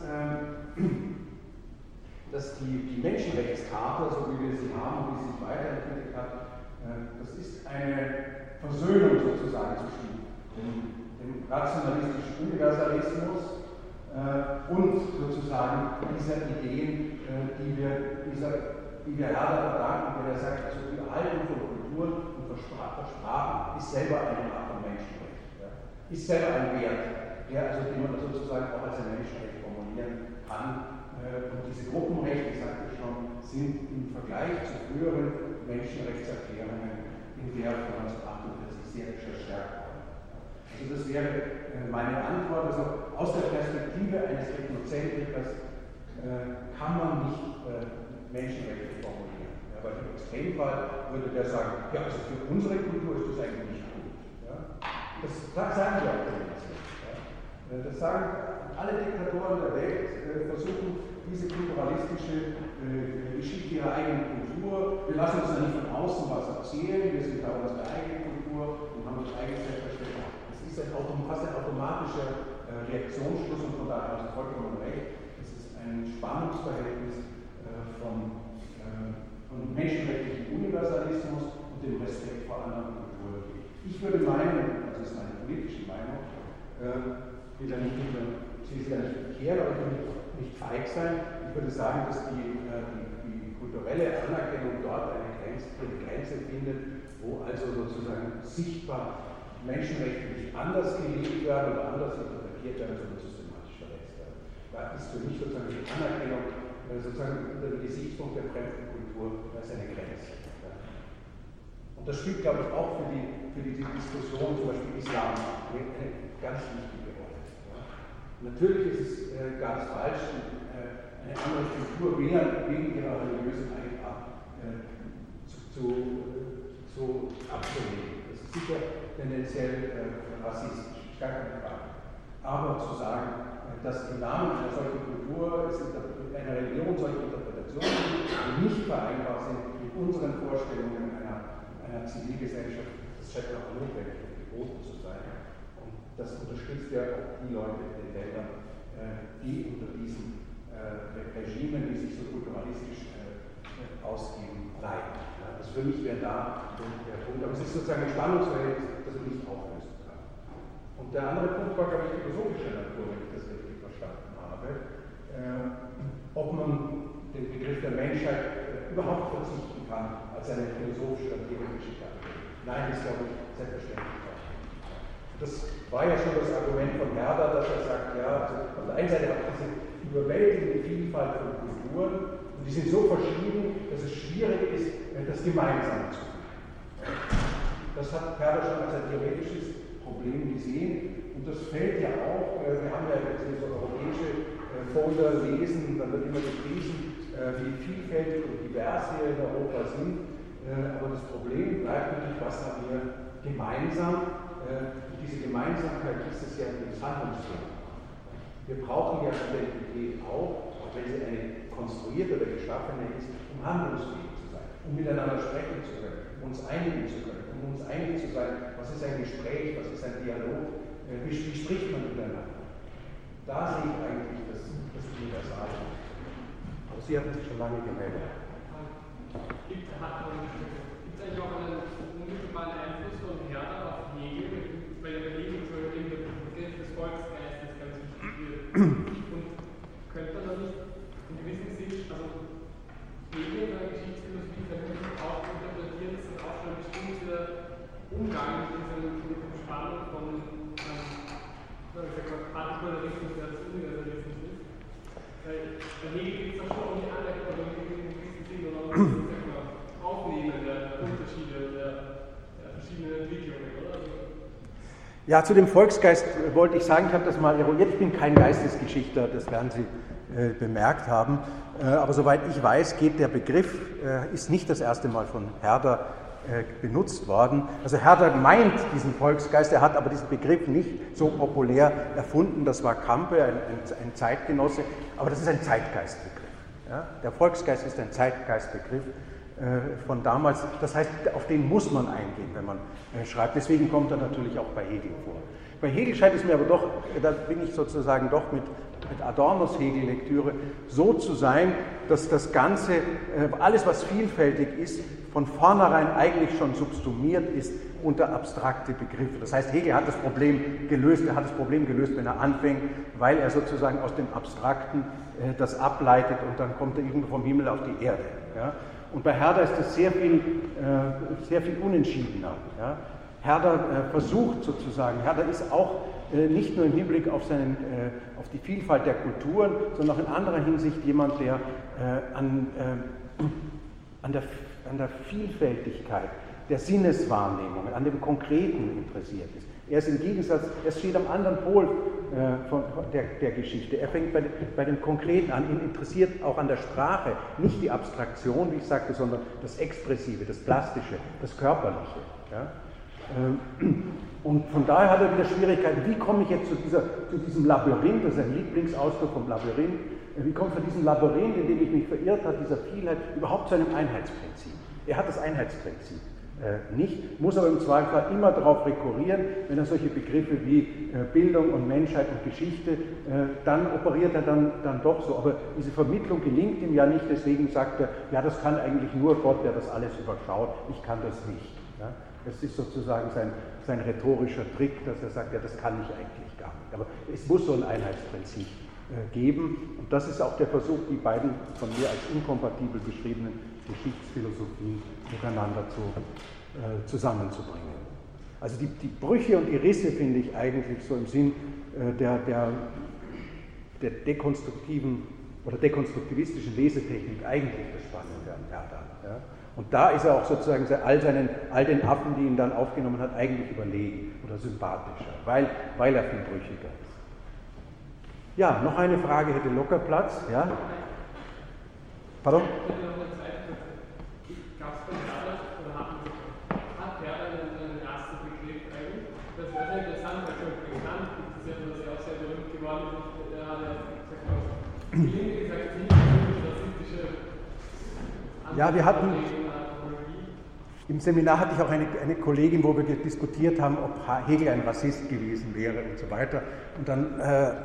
die Menschenrechtscharta, so wie wir sie haben und wie sie sich weiterentwickelt hat, das ist eine Versöhnung sozusagen zwischen dem rationalistischen Universalismus und sozusagen dieser Ideen, die wir Herder verdanken, wenn er sagt, also die Erhaltung von Kultur und von Sprachen ist selber eine Art von Menschenrecht, ja, ist selber ein Wert, den man sozusagen auch als ein Menschenrecht formulieren kann. Und diese Gruppenrechte, ich sagte schon, sind im Vergleich zu früheren Menschenrechtserklärungen in der von 1948 sehr verstärkt worden. Also das wäre meine Antwort. Also aus der Perspektive eines Ethnozentrikers kann man nicht Menschenrechte formulieren. Ja, weil im Extremfall würde der sagen, ja, also für unsere Kultur ist das eigentlich nicht gut. Ja. Das sagen die auch nicht. Ja. Das sagen alle Diktatoren der Welt, versuchen diese kulturalistische Geschichte ihrer eigenen Kultur. Wir lassen uns da nicht von außen was erzählen, wir sind da unsere eigene Kultur und haben unsere eigene Selbstverständlichkeit. Es ist fast ein automatischer Reaktionsschluss und von daher haben Sie vollkommen recht. Es ist ein Spannungsverhältnis von menschenrechtlichem Universalismus und dem Respekt vor anderen Kulturen. Ich würde meinen, das ist meine politische Meinung, will da nicht verkehren, aber ich will nicht feig sein. Ich würde sagen, dass die kulturelle Anerkennung dort eine Grenze findet, wo also sozusagen sichtbar menschenrechtlich anders gelebt werden oder anders interpretiert werden, sondern systematisch verletzt werden. Da ist für mich sozusagen die Anerkennung sozusagen unter dem Gesichtspunkt der fremden Kultur als eine Grenze. Und das spielt, glaube ich, auch für diese Diskussion, zum Beispiel Islam, eine ganz wichtige Rolle. Natürlich ist es ganz falsch, eine andere Kultur wegen ihrer religiösen Eigenart abzulehnen. Das ist sicher tendenziell rassistisch, gar keine Frage. Aber zu sagen, dass im Namen einer solchen Kultur einer Religion solche Interpretationen gibt, die nicht vereinbar sind mit unseren Vorstellungen einer Zivilgesellschaft, das scheint auch notwendig und geboten zu sein. Und das unterstützt ja auch die Leute in den Ländern, die unter diesen Regimen, die sich so kulturalistisch ausgeben, leiden. Also für mich wäre da der Punkt. Aber es ist sozusagen ein Spannungsverhältnis, das ich nicht auflösen kann. Und der andere Punkt war, glaube ich, philosophischer Natur, wenn ich das richtig verstanden habe. Ob man den Begriff der Menschheit überhaupt verzichten kann als eine philosophische oder theoretische Kategorie. Nein, das glaube ich selbstverständlich nicht. Das war ja schon das Argument von Herder, dass er sagt, ja, also auf der einen Seite hat diese überwältigende Vielfalt von Kulturen und die sind so verschieden, dass es schwierig ist, das gemeinsam zu finden. Das hat Herder schon als ein theoretisches Problem gesehen und das fällt ja auch, wir haben ja jetzt so europäische Folder lesen, dann wird immer gepriesen, wie vielfältig und divers wir in Europa sind, aber das Problem bleibt natürlich, was haben wir gemeinsam. Und diese Gemeinsamkeit ist es ja ins Handlungsfähig. Wir brauchen ja Identität auch wenn sie eine konstruierte oder geschaffene ist, um handlungsfähig zu sein, um miteinander sprechen zu können, um uns einigen zu können, um uns einig zu sein, was ist ein Gespräch, was ist ein Dialog, wie spricht man miteinander. Da sehe ich eigentlich das Universale. Aber Sie hatten sich schon lange gemeldet. Gibt es eigentlich auch einen unmittelbaren Einfluss von Herder auf Hegel, weil der Hegel zum Beispiel der Begriff des Volksgeistes ganz wichtig wird. Und könnte man da nicht in gewissem Sinn, also Hegel in der Geschichtsphilosophie vermutlich auch interpretieren, dass das auch schon ein bestimmter Umgang mit dieser Spannung von Partikularismus versus Universalismus ist. Weil bei Hegel geht es doch schon um die Anerkennung in gewissem Sinn oder um Aufnehmen der Unterschiede der verschiedenen Entwicklungen, oder? Ja, zu dem Volksgeist wollte ich sagen, ich habe das mal eruiert, ich bin kein Geistesgeschichtler, das werden Sie bemerkt haben, aber soweit ich weiß, geht der Begriff, ist nicht das erste Mal von Herder benutzt worden. Also Herder meint diesen Volksgeist, er hat aber diesen Begriff nicht so populär erfunden, das war Campe, ein Zeitgenosse, aber das ist ein Zeitgeistbegriff. Ja? Der Volksgeist ist ein Zeitgeistbegriff von damals, das heißt, auf den muss man eingehen, wenn man schreibt. Deswegen kommt er natürlich auch bei Hegel vor. Bei Hegel scheint es mir aber doch, da bin ich sozusagen doch mit Adornos Hegel-Lektüre so zu sein, dass das Ganze, alles was vielfältig ist, von vornherein eigentlich schon subsumiert ist unter abstrakte Begriffe. Das heißt, Hegel hat das Problem gelöst, wenn er anfängt, weil er sozusagen aus dem Abstrakten das ableitet und dann kommt er irgendwo vom Himmel auf die Erde. Ja? Und bei Herder ist das sehr viel unentschiedener. Ja? Herder versucht sozusagen, Herder ist auch nicht nur im Hinblick auf die Vielfalt der Kulturen, sondern auch in anderer Hinsicht jemand, der an der Vielfältigkeit der Sinneswahrnehmungen, an dem Konkreten interessiert ist. Er ist im Gegensatz, er steht am anderen Pol der Geschichte. Er fängt bei dem Konkreten an, ihn interessiert auch an der Sprache, nicht die Abstraktion, wie ich sagte, sondern das Expressive, das Plastische, das Körperliche. Ja? Und von daher hat er wieder Schwierigkeiten, wie komme ich jetzt zu diesem Labyrinth, das ist ein Lieblingsausdruck vom Labyrinth, wie kommt von diesem Labyrinth, in dem ich mich verirrt habe, dieser Vielheit, überhaupt zu einem Einheitsprinzip? Er hat das Einheitsprinzip nicht, muss aber im Zweifelsfall immer darauf rekurrieren, wenn er solche Begriffe wie Bildung und Menschheit und Geschichte, dann operiert er dann doch so. Aber diese Vermittlung gelingt ihm ja nicht, deswegen sagt er, ja, das kann eigentlich nur Gott, der das alles überschaut, ich kann das nicht. Ja? Das ist sozusagen sein rhetorischer Trick, dass er sagt, ja, das kann ich eigentlich gar nicht. Aber es muss so ein Einheitsprinzip geben und das ist auch der Versuch, die beiden von mir als inkompatibel beschriebenen Geschichtsphilosophien miteinander zusammenzubringen. Also die Brüche und die Risse finde ich eigentlich so im Sinn der dekonstruktiven oder dekonstruktivistischen Lesetechnik eigentlich das Spannende an Herder. Ja? Und da ist er auch sozusagen all den Affen, die ihn dann aufgenommen hat, eigentlich überlegen oder sympathischer, weil er viel brüchiger ist. Ja, noch eine Frage hätte locker Platz. Ja? Pardon? Ja, wir hatten, im Seminar hatte ich auch eine Kollegin, wo wir diskutiert haben, ob Hegel ein Rassist gewesen wäre und so weiter. Und dann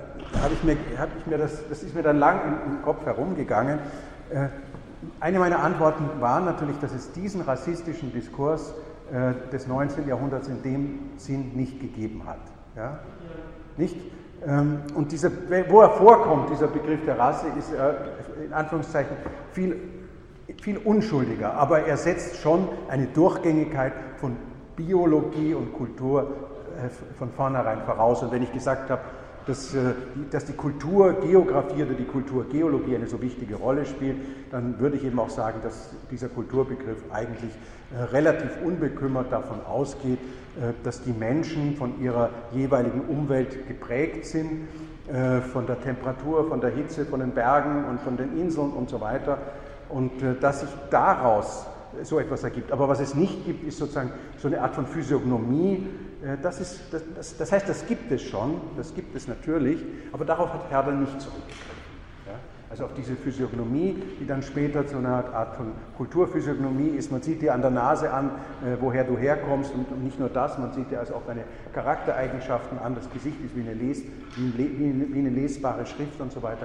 das ist mir dann lang im Kopf herumgegangen. Eine meiner Antworten war natürlich, dass es diesen rassistischen Diskurs des 19. Jahrhunderts in dem Sinn nicht gegeben hat. Ja? Nicht? Und wo er vorkommt, dieser Begriff der Rasse, ist in Anführungszeichen viel unschuldiger, aber er setzt schon eine Durchgängigkeit von Biologie und Kultur von vornherein voraus. Und wenn ich gesagt habe, dass die Kulturgeografie oder die Kulturgeologie eine so wichtige Rolle spielt, dann würde ich eben auch sagen, dass dieser Kulturbegriff eigentlich relativ unbekümmert davon ausgeht, dass die Menschen von ihrer jeweiligen Umwelt geprägt sind, von der Temperatur, von der Hitze, von den Bergen und von den Inseln und so weiter. Und dass sich daraus so etwas ergibt. Aber was es nicht gibt, ist sozusagen so eine Art von Physiognomie. Das heißt, das gibt es schon, das gibt es natürlich, aber darauf hat Herder nicht zurückgegriffen. Ja? Also auf diese Physiognomie, die dann später zu einer Art von Kulturphysiognomie ist. Man sieht dir an der Nase an, woher du herkommst und nicht nur das, man sieht dir also auch deine Charaktereigenschaften an. Das Gesicht ist wie eine lesbare Schrift und so weiter.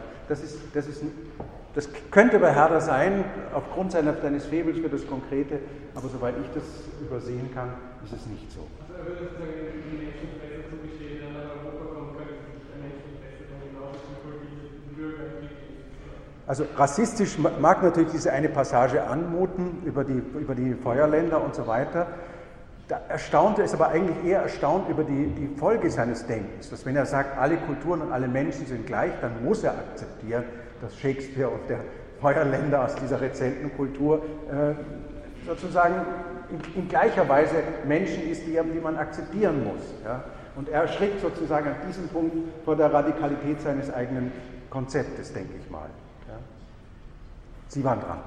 Das könnte bei Herder sein, aufgrund seines Faibles für das Konkrete, aber soweit ich das übersehen kann, ist es nicht so. Also er würde sozusagen die Menschen besser zugestehen, wenn er nach Europa kommen könnte, die Menschen besser dann genauso wie die Bürger. Also rassistisch mag natürlich diese eine Passage anmuten über die Feuerländer und so weiter. Da erstaunt er ist aber eigentlich eher erstaunt über die Folge seines Denkens, dass wenn er sagt, alle Kulturen und alle Menschen sind gleich, dann muss er akzeptieren, dass Shakespeare und der Feuerländer aus dieser rezenten Kultur sozusagen in gleicher Weise Menschen ist, die man akzeptieren muss. Ja? Und er erschrickt sozusagen an diesem Punkt vor der Radikalität seines eigenen Konzeptes, denke ich mal. Ja? Sie waren dran.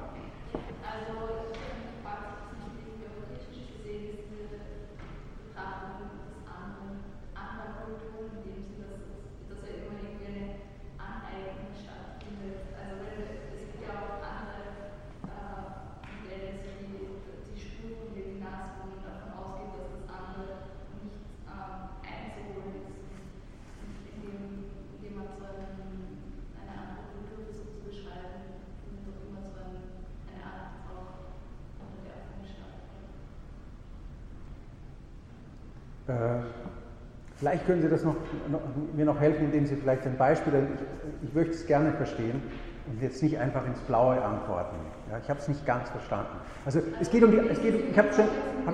Vielleicht können Sie das mir noch helfen, indem Sie vielleicht ein Beispiel, ich möchte es gerne verstehen und jetzt nicht einfach ins Blaue antworten. Ja, ich habe es nicht ganz verstanden. Also es geht um ich habe schon...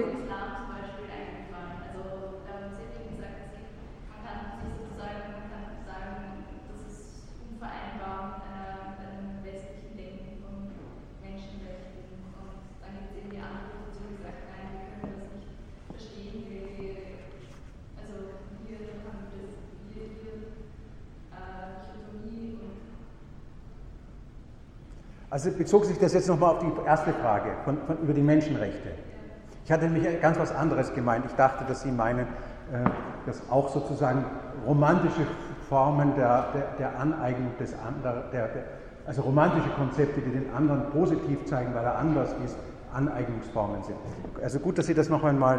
Also bezog sich das jetzt nochmal auf die erste Frage über die Menschenrechte. Ich hatte nämlich ganz was anderes gemeint. Ich dachte, dass Sie meinen, dass auch sozusagen romantische Formen der Aneignung des anderen, also romantische Konzepte, die den anderen positiv zeigen, weil er anders ist, Aneignungsformen sind. Also gut, dass Sie das noch einmal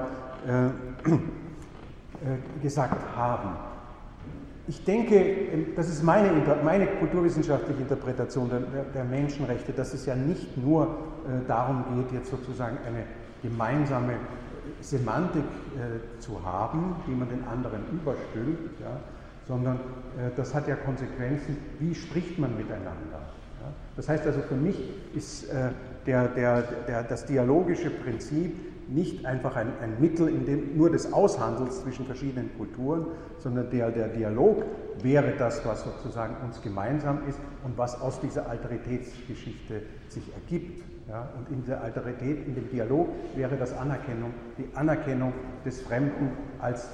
gesagt haben. Ich denke, das ist meine kulturwissenschaftliche Interpretation der Menschenrechte, dass es ja nicht nur darum geht, jetzt sozusagen eine gemeinsame Semantik zu haben, die man den anderen überstülpt, ja, sondern das hat ja Konsequenzen, wie spricht man miteinander. Ja. Das heißt also, für mich ist das dialogische Prinzip nicht einfach ein Mittel nur des Aushandels zwischen verschiedenen Kulturen, sondern der Dialog wäre das, was sozusagen uns gemeinsam ist und was aus dieser Alteritätsgeschichte sich ergibt. Ja? Und in der Alterität, in dem Dialog wäre die Anerkennung des Fremden als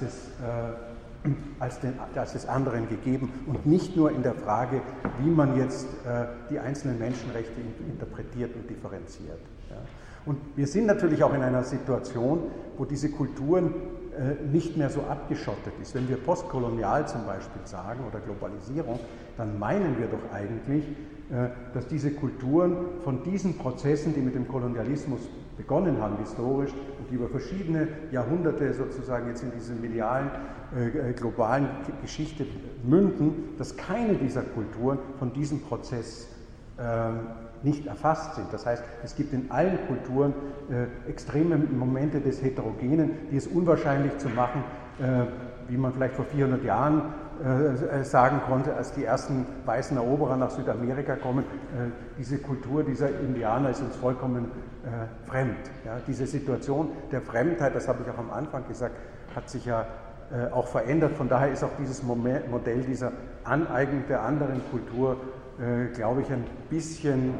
des anderen gegeben und nicht nur in der Frage, wie man jetzt die einzelnen Menschenrechte interpretiert und differenziert. Ja? Und wir sind natürlich auch in einer Situation, wo diese Kulturen nicht mehr so abgeschottet ist. Wenn wir postkolonial zum Beispiel sagen oder Globalisierung, dann meinen wir doch eigentlich, dass diese Kulturen von diesen Prozessen, die mit dem Kolonialismus begonnen haben, historisch, und die über verschiedene Jahrhunderte sozusagen jetzt in diese medialen, globalen Geschichte münden, dass keine dieser Kulturen von diesem Prozess nicht erfasst sind. Das heißt, es gibt in allen Kulturen extreme Momente des Heterogenen, die es unwahrscheinlich zu machen, wie man vielleicht vor 400 Jahren sagen konnte, als die ersten weißen Eroberer nach Südamerika kommen, diese Kultur dieser Indianer ist uns vollkommen fremd. Ja, diese Situation der Fremdheit, das habe ich auch am Anfang gesagt, hat sich ja auch verändert. Von daher ist auch dieses Modell dieser Aneignung der anderen Kultur, glaube ich, ein bisschen,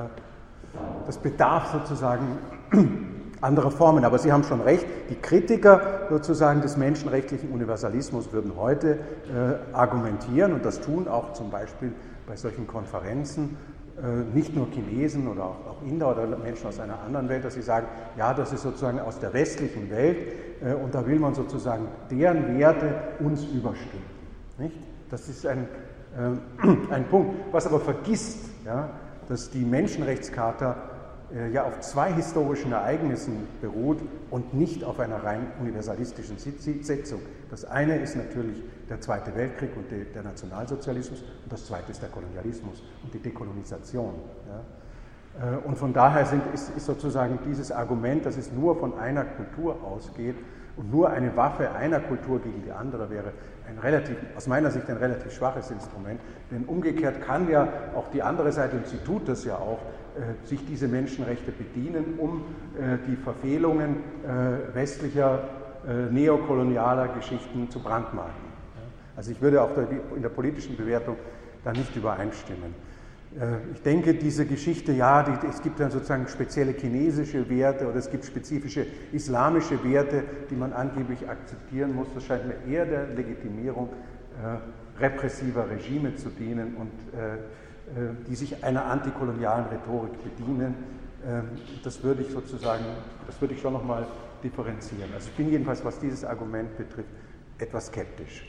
das bedarf sozusagen anderer Formen. Aber Sie haben schon recht, die Kritiker sozusagen des menschenrechtlichen Universalismus würden heute argumentieren, und das tun auch zum Beispiel bei solchen Konferenzen, nicht nur Chinesen oder auch Inder oder Menschen aus einer anderen Welt, dass sie sagen, ja, das ist sozusagen aus der westlichen Welt und da will man sozusagen deren Werte uns überstimmen. Nicht? Das ist ein Punkt, was aber vergisst, ja, dass die Menschenrechtscharta ja auf zwei historischen Ereignissen beruht und nicht auf einer rein universalistischen Setzung. Das eine ist natürlich der Zweite Weltkrieg und der Nationalsozialismus und das zweite ist der Kolonialismus und die Dekolonisation. Ja. Und von daher ist sozusagen dieses Argument, dass es nur von einer Kultur ausgeht und nur eine Waffe einer Kultur gegen die andere wäre, aus meiner Sicht ein relativ schwaches Instrument. Denn umgekehrt kann ja auch die andere Seite, und sie tut das ja auch, sich diese Menschenrechte bedienen, um die Verfehlungen westlicher neokolonialer Geschichten zu brandmarken. Also ich würde auch in der politischen Bewertung da nicht übereinstimmen. Ich denke, diese Geschichte, ja, es gibt dann sozusagen spezielle chinesische Werte oder es gibt spezifische islamische Werte, die man angeblich akzeptieren muss. Das scheint mir eher der Legitimierung repressiver Regime zu dienen und die sich einer antikolonialen Rhetorik bedienen. Das würde ich schon nochmal differenzieren. Also ich bin jedenfalls, was dieses Argument betrifft, etwas skeptisch.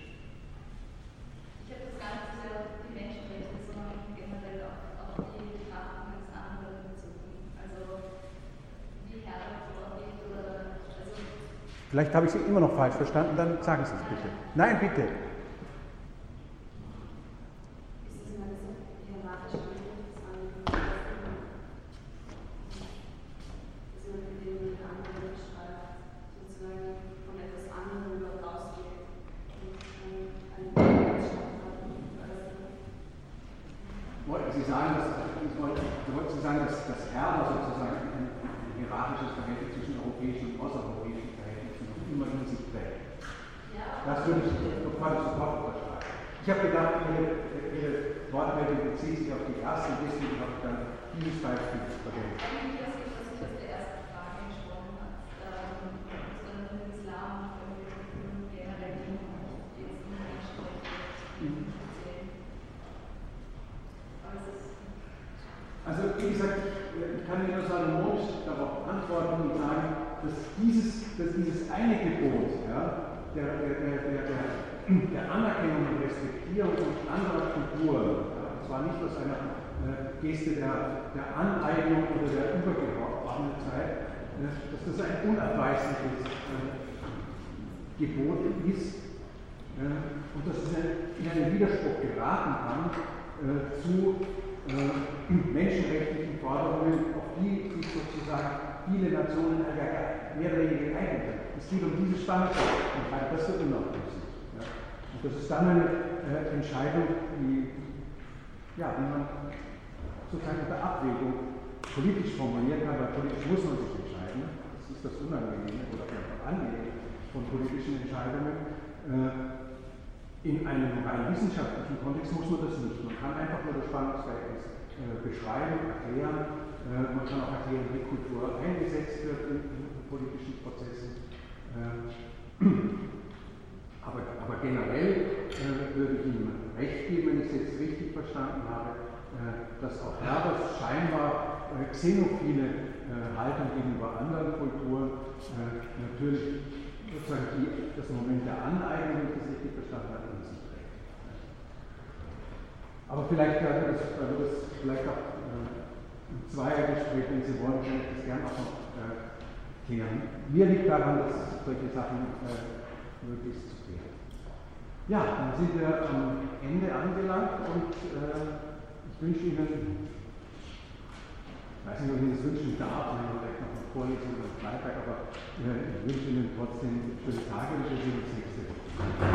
Ich habe das gar nicht so sehr auf die Menschenrechte, sondern generell auf die Betrachtung des anderen bezogen. Also wie Herr vorgeht oder... Vielleicht habe ich Sie immer noch falsch verstanden, dann sagen Sie es bitte. Nein, bitte. Ich habe gedacht, Ihre Wortmeldung bezieht sich auf die erste, deswegen habe ich dann dieses Beispiel verwendet. Eigentlich ist es, dass ich aus der ersten Frage gesprochen habe, sondern im Islam generell jetzt Menschenrechte erzählen. Also wie gesagt, ich kann nur salomonisch darauf antworten und sagen, dass dieses eine Gebot, ja, der Anerkennung und Respektierung anderer Kulturen. Und zwar nicht aus einer Geste der Aneignung oder der Übergeordnetheit, dass das ein unabweisliches Gebot ist und dass es in einen Widerspruch geraten kann zu menschenrechtlichen Forderungen, auf die sich sozusagen viele Nationen mehr oder weniger geeignet haben. Es geht um diese Spannungsverhältnisse und das wird unauflöslich. Ja. Und das ist dann eine Entscheidung, die man sozusagen unter Abwägung politisch formulieren kann, weil politisch muss man sich entscheiden. Das ist das Unangenehme oder einfach Angenehme von politischen Entscheidungen. In einem rein wissenschaftlichen Kontext muss man das nicht. Man kann einfach nur das Spannungsverhältnis beschreiben, erklären. Man kann auch erklären, wie Kultur eingesetzt wird in politischen Prozessen. Aber generell würde ich ihm recht geben, wenn ich es jetzt richtig verstanden habe, dass auch Herbers scheinbar xenophile Haltung gegenüber anderen Kulturen natürlich sozusagen das Moment der Aneignung, wenn ich das richtig verstanden habe, in sich trägt. Aber vielleicht werden wir das vielleicht auch im Zweiergespräch, wenn Sie wollen, kann ich das gerne auch noch klären. Mir liegt daran, dass solche Sachen möglichst zu klären. Ja, dann sind wir am Ende angelangt und ich wünsche Ihnen, ich weiß nicht, ob ich Ihnen das wünschen darf, wenn wir vielleicht noch eine Vorlesung am Freitag, aber ich wünsche Ihnen trotzdem schöne Tage und wir sehen uns nächste Woche.